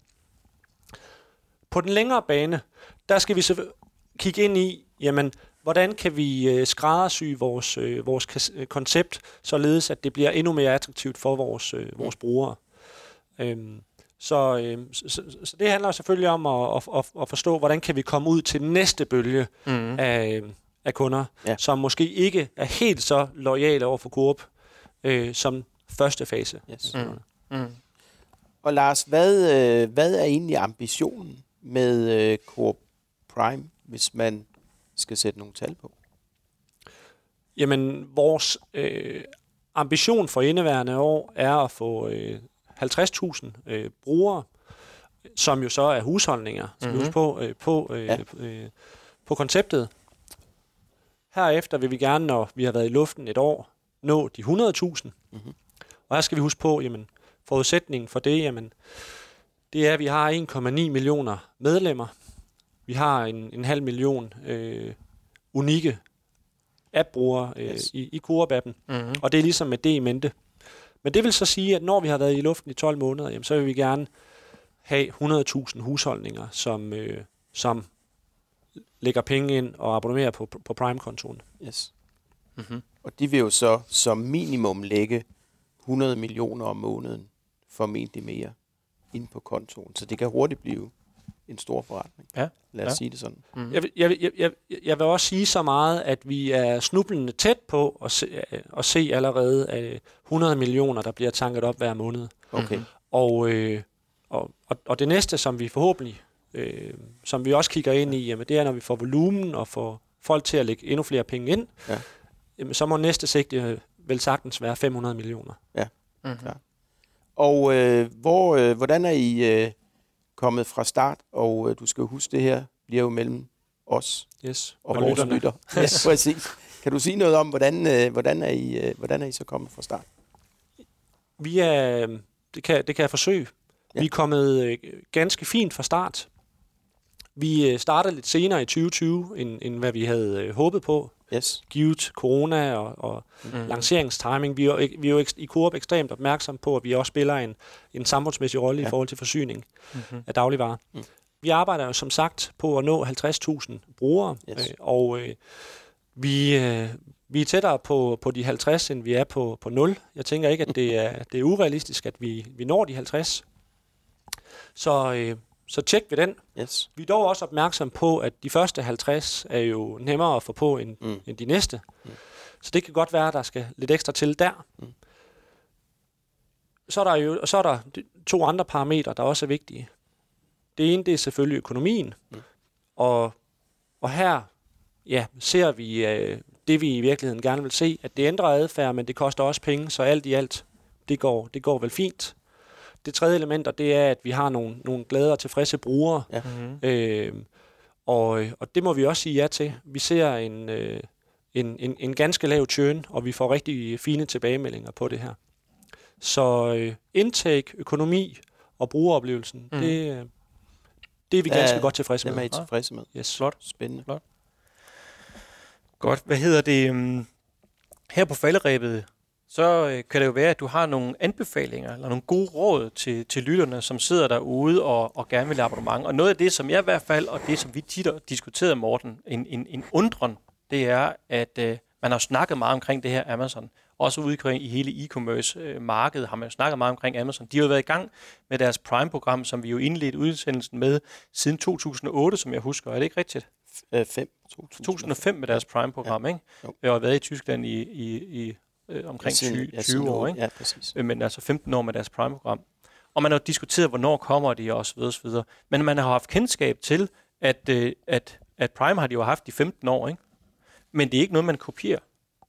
På den længere bane, der skal vi så kigge ind i, jamen, hvordan kan vi øh, skræddersy vores, øh, vores k- koncept, således at det bliver endnu mere attraktivt for vores, øh, vores brugere. Øhm, så, øh, så, så, så det handler selvfølgelig om at, at, at, at forstå, hvordan kan vi komme ud til næste bølge mm. af af kunder, ja. som måske ikke er helt så loyale over for Coop øh, som første fase. Yes. Mm. Mm. Og Lars, hvad, øh, hvad er egentlig ambitionen med øh, Coop Prime, hvis man skal sætte nogle tal på? Jamen, vores øh, ambition for indeværende år er at få øh, halvtreds tusind øh, brugere, som jo så er husholdninger, som mm-hmm. på, øh, på, øh, ja. øh, på konceptet. Herefter vil vi gerne, når vi har været i luften et år, nå de hundrede tusind. Mm-hmm. Og her skal vi huske på, jamen, forudsætningen for det, jamen, det er, at vi har en komma ni millioner medlemmer. Vi har en, en halv million øh, unikke appbrugere øh, yes. i, i Coop-appen. Mm-hmm. Og det er ligesom med det i mente. Men det vil så sige, at når vi har været i luften i tolv måneder, jamen, så vil vi gerne have hundrede tusind husholdninger, som, øh, som lægger penge ind og abonnerer på, på Prime-kontoen. Yes. Mm-hmm. Og de vil jo så som minimum lægge hundrede millioner om måneden, formentlig mere, ind på kontoen. Så det kan hurtigt blive en stor forretning. Ja. Lad os ja. sige det sådan. Mm-hmm. Jeg, vil, jeg, vil, jeg, jeg vil også sige så meget, at vi er snublende tæt på at se, at se allerede at hundrede millioner, der bliver tanket op hver måned. Okay. Og, øh, og, og, og det næste, som vi forhåbentlig øh, som vi også kigger ind i, jamen, det er, når vi får volumen og får folk til at lægge endnu flere penge ind, ja. jamen, så må næste sigte vel sagtens være fem hundrede millioner. Ja, mm-hmm. Klar. Og øh, hvor, øh, hvordan er I øh, kommet fra start? Og øh, du skal jo huske, det her bliver jo mellem os yes. og, og vores lytter. Ja, præcis. Kan du sige noget om, hvordan, øh, hvordan, er I, øh, hvordan er I så kommet fra start? Vi er, det kan, det kan jeg forsøge. Ja. Vi er kommet øh, ganske fint fra start. Vi øh, startede lidt senere i tyve tyve, end, end hvad vi havde øh, håbet på. Yes. Givet corona og, og mm. lanceringstiming. Vi er, jo, vi er jo i Coop ekstremt opmærksom på, at vi også spiller en, en samfundsmæssig rolle ja. i forhold til forsyning mm-hmm. af dagligvarer. Mm. Vi arbejder jo som sagt på at nå halvtreds tusind brugere, yes. øh, og øh, vi, øh, vi er tættere på, på de halvtreds, end vi er på, på nul. Jeg tænker ikke, at det er, det er urealistisk, at vi, vi når de halvtreds. Så... Øh, Så tjek ved den. Yes. Vi er dog også opmærksom på, at de første halvtreds er jo nemmere at få på end, mm. end de næste. Mm. Så det kan godt være, at der skal lidt ekstra til der. Mm. Så er der jo så er der to andre parametre, der også er vigtige. Det ene, det er selvfølgelig økonomien. Mm. Og, og her ja, ser vi øh, det, vi i virkeligheden gerne vil se, at det ændrer adfærd, men det koster også penge, så alt i alt, det går, det går vel fint. Det tredje element, det er, at vi har nogle, nogle glade og tilfredse brugere. Ja. Mm-hmm. Øh, og, og det må vi også sige ja til. Vi ser en, øh, en, en, en ganske lav churn, og vi får rigtig fine tilbagemeldinger på det her. Så øh, intake, økonomi og brugeroplevelsen, mm. det, det er vi ganske ja, godt tilfredse med. Det er I tilfredse med. Yes. Flot. Spændende. Flot. Godt. Hvad hedder det? Um, her på falderebet, så øh, kan det jo være, at du har nogle anbefalinger eller nogle gode råd til, til lytterne, som sidder derude og, og gerne vil have abonnement. Og noget af det, som jeg i hvert fald, og det som vi tit har diskuteret, Morten, en, en, en undren, det er, at øh, man har snakket meget omkring det her Amazon. Også ude i hele e-commerce-markedet øh, har man jo snakket meget omkring Amazon. De har jo været i gang med deres Prime-program, som vi jo indledte udsendelsen med siden to tusind og otte, som jeg husker. Er det ikke rigtigt? Øh, fem. to tusind og fem med deres Prime-program, ja. Ikke? Jeg har været i Tyskland i... i, i Øh, omkring tyve, tyve år, ikke? Ja, præcis. Men altså femten år med deres Prime-program. Og man har diskuteret, hvornår kommer de, og så videre, så videre. Men man har haft kendskab til, at, øh, at, at Prime har de jo haft i femten år, ikke? Men det er ikke noget, man kopierer.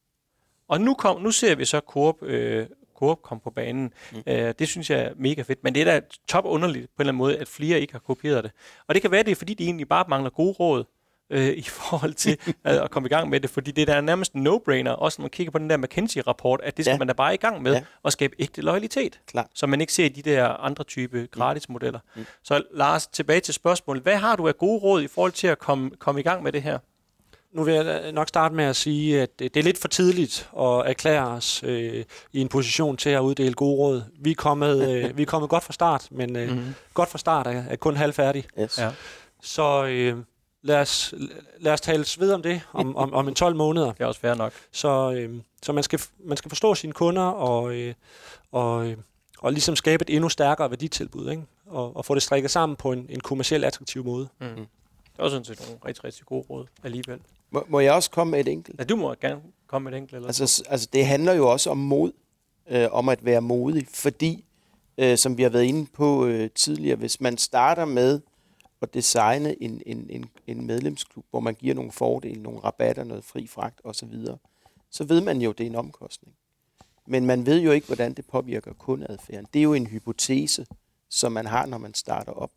Og nu, kom, nu ser vi så Coop, øh, Coop komme på banen. Mm. Øh, det synes jeg er mega fedt. Men det er da top underligt på en eller anden måde, at flere ikke har kopieret det. Og det kan være, det er, fordi de egentlig bare mangler gode råd Øh, i forhold til at komme i gang med det, fordi det der er nærmest en no-brainer, også når man kigger på den der McKinsey-rapport, at det skal ja. man da bare i gang med, ja. at skabe ægte loyalitet, Klar. så man ikke ser de der andre type gratis-modeller. Mm. Så Lars, tilbage til spørgsmålet. Hvad har du af gode råd i forhold til at komme, komme i gang med det her? Nu vil jeg nok starte med at sige, at det er lidt for tidligt at erklære os øh, i en position til at uddele gode råd. Vi er kommet, øh, vi er kommet godt fra start, men øh, mm-hmm. godt fra start er, er kun halvfærdig. Yes. Ja. Så... Øh, Lad os, lad os tale ved om det om, om, om en tolv måneder. Det er også fair nok. Så, øh, så man, skal, man skal forstå sine kunder og, øh, og, øh, og ligesom skabe et endnu stærkere værditilbud, ikke? Og, og få det strikket sammen på en, en kommercielt attraktiv måde. Mm. Det er også sådan set nogle rigtig, rigtig gode råd alligevel. Må, må jeg også komme med et enkelt? Ja, du må gerne komme med et enkelt. Eller altså, altså, det handler jo også om mod, øh, om at være modig, fordi, øh, som vi har været inde på øh, tidligere, hvis man starter med at designe en, en, en, en medlemsklub, hvor man giver nogle fordele, nogle rabatter, noget fri fragt osv., så ved man jo, at det er en omkostning. Men man ved jo ikke, hvordan det påvirker kundeadfærden. Det er jo en hypotese, som man har, når man starter op.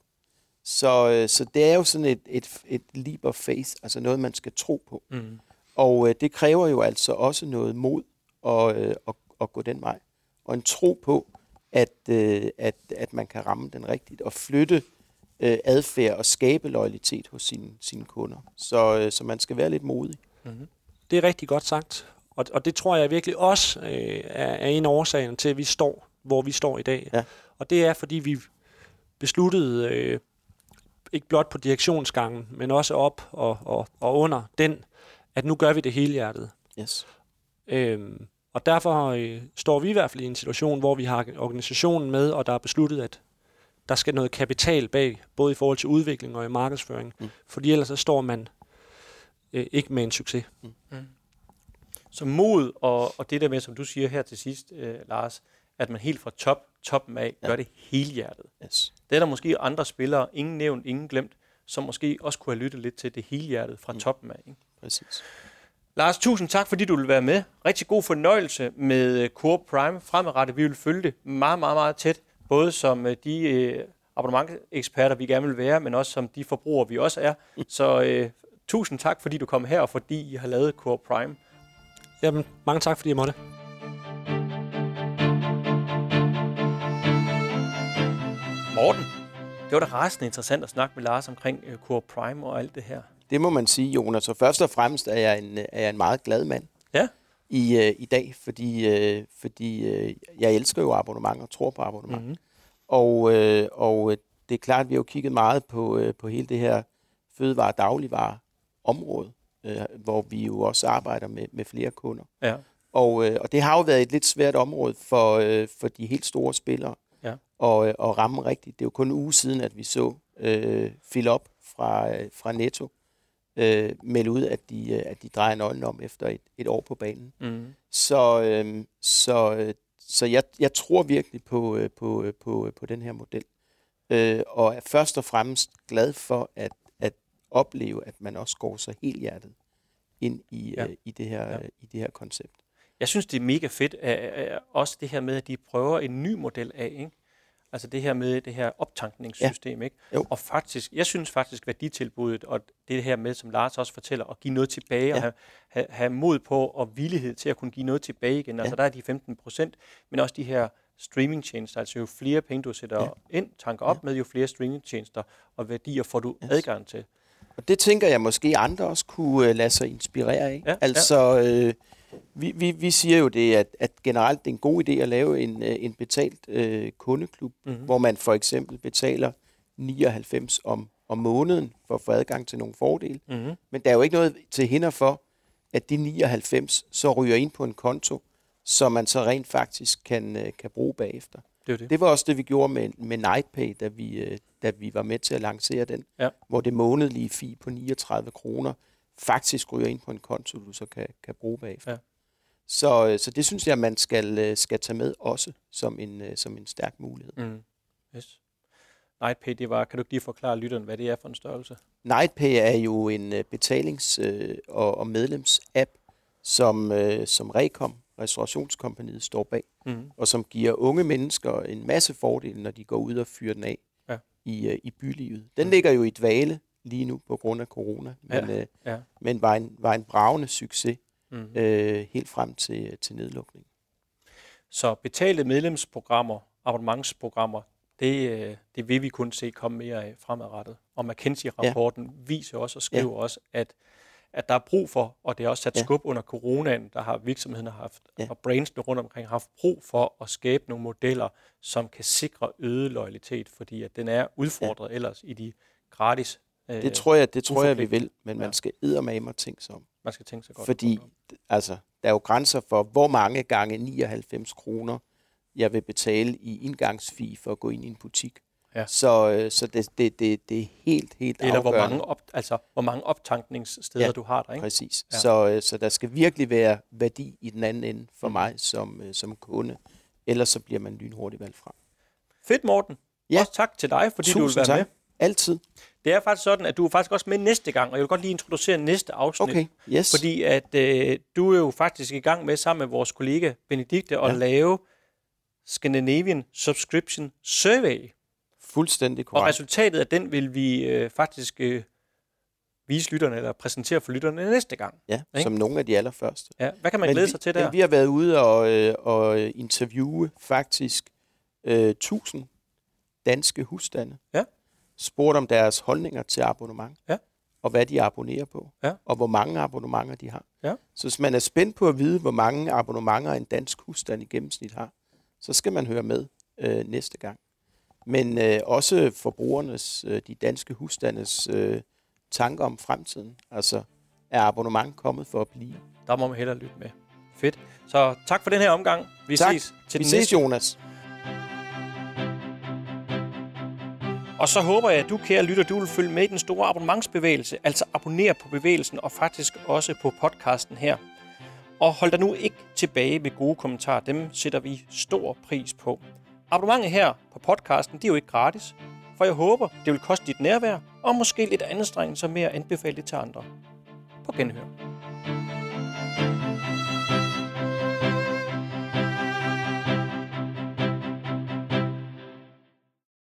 Så, så det er jo sådan et, et, et leap of faith, altså noget, man skal tro på. Mm. Og øh, det kræver jo altså også noget mod at, øh, at, at gå den vej. Og en tro på, at, øh, at, at man kan ramme den rigtigt og flytte adfærd og skabe loyalitet hos sine, sine kunder. Så, så man skal være lidt modig. Mm-hmm. Det er rigtig godt sagt. Og, og det tror jeg virkelig også øh, er, er en af årsagerne til, at vi står, hvor vi står i dag. Ja. Og det er, fordi vi besluttede, øh, ikke blot på direktionsgangen, men også op og, og, og under den, at nu gør vi det helhjertet. Yes. Øhm, og derfor øh, står vi i hvert fald i en situation, hvor vi har organisationen med, og der er besluttet, at der skal noget kapital bag, både i forhold til udvikling og i markedsføring. Mm. Fordi ellers så står man øh, ikke med en succes. Mm. Mm. Så mod og, og det der med, som du siger her til sidst, øh, Lars, at man helt fra top toppen af, Ja. gør det helhjertet. Yes. Det er der måske andre spillere, ingen nævnt, ingen glemt, som måske også kunne have lyttet lidt til det helhjertet fra mm. toppen af. Ikke? Præcis. Lars, tusind tak, fordi du vil være med. Rigtig god fornøjelse med Coop Prime fremadrettet. Vi vil følge det meget, meget, meget tæt, både som de øh, abonnementseksperter, vi gerne vil være, men også som de forbrugere, vi også er. Mm. Så øh, tusind tak, fordi du kom her, og fordi I har lavet Coop Prime. Jamen, mange tak, fordi jeg måtte. Morten, det var da rasende interessant at snakke med Lars omkring uh, Coop Prime og alt det her. Det må man sige, Jonas. Og først og fremmest er jeg en, er jeg en meget glad mand ja. i, uh, i dag, fordi, uh, fordi uh, jeg elsker jo abonnement og tror på abonnement. Mm-hmm. Og, uh, og det er klart, at vi har jo kigget meget på, uh, på hele det her fødevare- og dagligvareområde, uh, hvor vi jo også arbejder med, med flere kunder. Ja. Og, uh, og det har jo været et lidt svært område for, uh, for de helt store spillere. Ja. Og, og ramme rigtigt. Det er jo kun en uge siden, at vi så øh, Fill Up fra, øh, fra Netto øh, melde ud, at de, øh, at de drejer nøglen om efter et, et år på banen. Mm. Så, øh, så, øh, så jeg, jeg tror virkelig på, øh, på, øh, på, øh, på den her model. Øh, og er først og fremmest glad for at, at opleve, at man også går så helhjertet ind i, ja. øh, i, det her, ja. øh, i det her koncept. Jeg synes, det er mega fedt, at, at også det her med, at de prøver en ny model af, ikke? Altså det her med det her optankningssystem, ja. Ikke? Og faktisk, jeg synes faktisk, værditilbuddet, og det her med, som Lars også fortæller, at give noget tilbage, ja. Og have, have, have mod på og villighed til at kunne give noget tilbage igen. Ja. Altså der er de femten procent, men også de her streamingtjenester, altså jo flere penge du sætter ja. ind, tanker op ja. Med, jo flere streamingtjenester og værdier får du yes. adgang til. Og det tænker jeg måske andre også kunne lade sig inspirere af. Ja. Altså... Øh, Vi, vi, vi siger jo det, at, at generelt det er en god idé at lave en, en betalt øh, kundeklub, mm-hmm. hvor man for eksempel betaler nioghalvfems om, om måneden for at få adgang til nogle fordele. Mm-hmm. Men der er jo ikke noget til hinder for, at de nioghalvfems så ryger ind på en konto, som man så rent faktisk kan, kan bruge bagefter. Det, det. det var også det, vi gjorde med, med NightPay, da vi, da vi var med til at lancere den, ja. Hvor det månedlige fee på niogtredive kroner faktisk ryger ind på en konto, du så kan, kan bruge bagefter. Ja. Så, så det synes jeg, man skal, skal tage med også som en, som en stærk mulighed. Mm. Yes. NightPay, det var, kan du ikke lige forklare lytteren, hvad det er for en størrelse? NightPay er jo en betalings- og, og medlemsapp, som, som Recom, restaurationskompaniet, står bag, mm. og som giver unge mennesker en masse fordele, når de går ud og fyrer den af ja. i, i bylivet. Den mm. ligger jo i dvale lige nu på grund af corona, men, ja. Øh, ja. men var, en, var en bragende succes mm. øh, helt frem til, til nedlukning. Så betalte medlemsprogrammer, abonnementsprogrammer, det, det vil vi kun se komme mere af fremadrettet. Og McKinsey-rapporten ja. Viser også og skriver ja. Også, at, at der er brug for, og det er også sat ja. Skub under coronaen, der har virksomheden haft, ja. Og brandsene rundt omkring har haft brug for at skabe nogle modeller, som kan sikre øget loyalitet, fordi at den er udfordret ja. Ellers i de gratis. Det tror jeg, det tror jeg, vi vil, men ja. Man skal eddermame tænke sig om. Man skal tænke sig godt. Fordi altså, der er jo grænser for, hvor mange gange nioghalvfems kroner, jeg vil betale i indgangsfee for at gå ind i en butik. Ja. Så, så det, det, det, det er helt, helt Eller afgørende. Hvor mange, op, altså, hvor mange optankningssteder ja, du har der, ikke? Præcis. Ja. Så, så der skal virkelig være værdi i den anden ende for mm. mig som, som kunde. Ellers så bliver man lynhurtigt valgt fra. Fedt, Morten. Ja. Også tak til dig, fordi Tusind du vil være tak. Med. Altid. Det er faktisk sådan, at du er faktisk også med næste gang, og jeg vil godt lige introducere næste afsnit. Okay, yes. Fordi at øh, du er jo faktisk i gang med, sammen med vores kollega Benedikte, at ja. Lave Scandinavian Subscription Survey. Fuldstændig korrekt. Og resultatet af den vil vi øh, faktisk øh, vise lytterne, eller præsentere for lytterne næste gang. Ja, ikke? Som nogle af de allerførste. Ja, hvad kan man Men glæde sig til der? Ja, vi har været ude og, øh, og interviewe faktisk øh, tusind danske husstande. Ja. Spurgt om deres holdninger til abonnement, ja. Og hvad de abonnerer på, ja. Og hvor mange abonnementer de har. Ja. Så hvis man er spændt på at vide, hvor mange abonnementer en dansk husstand i gennemsnit har, så skal man høre med øh, næste gang. Men øh, også forbrugernes, øh, de danske husstandes øh, tanker om fremtiden. Altså, er abonnement kommet for at blive? Der må man hellere lytte med. Fedt. Så tak for den her omgang. Vi tak. ses til Vi den ses, næste. Jonas. Og så håber jeg, at du, kære lytter, du vil følge med i den store abonnementsbevægelse, altså abonnere på bevægelsen og faktisk også på podcasten her. Og hold dig nu ikke tilbage med gode kommentarer, dem sætter vi stor pris på. Abonnementet her på podcasten, det er jo ikke gratis, for jeg håber, det vil koste dit nærvær, og måske lidt anstrengelse med at anbefale det til andre. På genhør.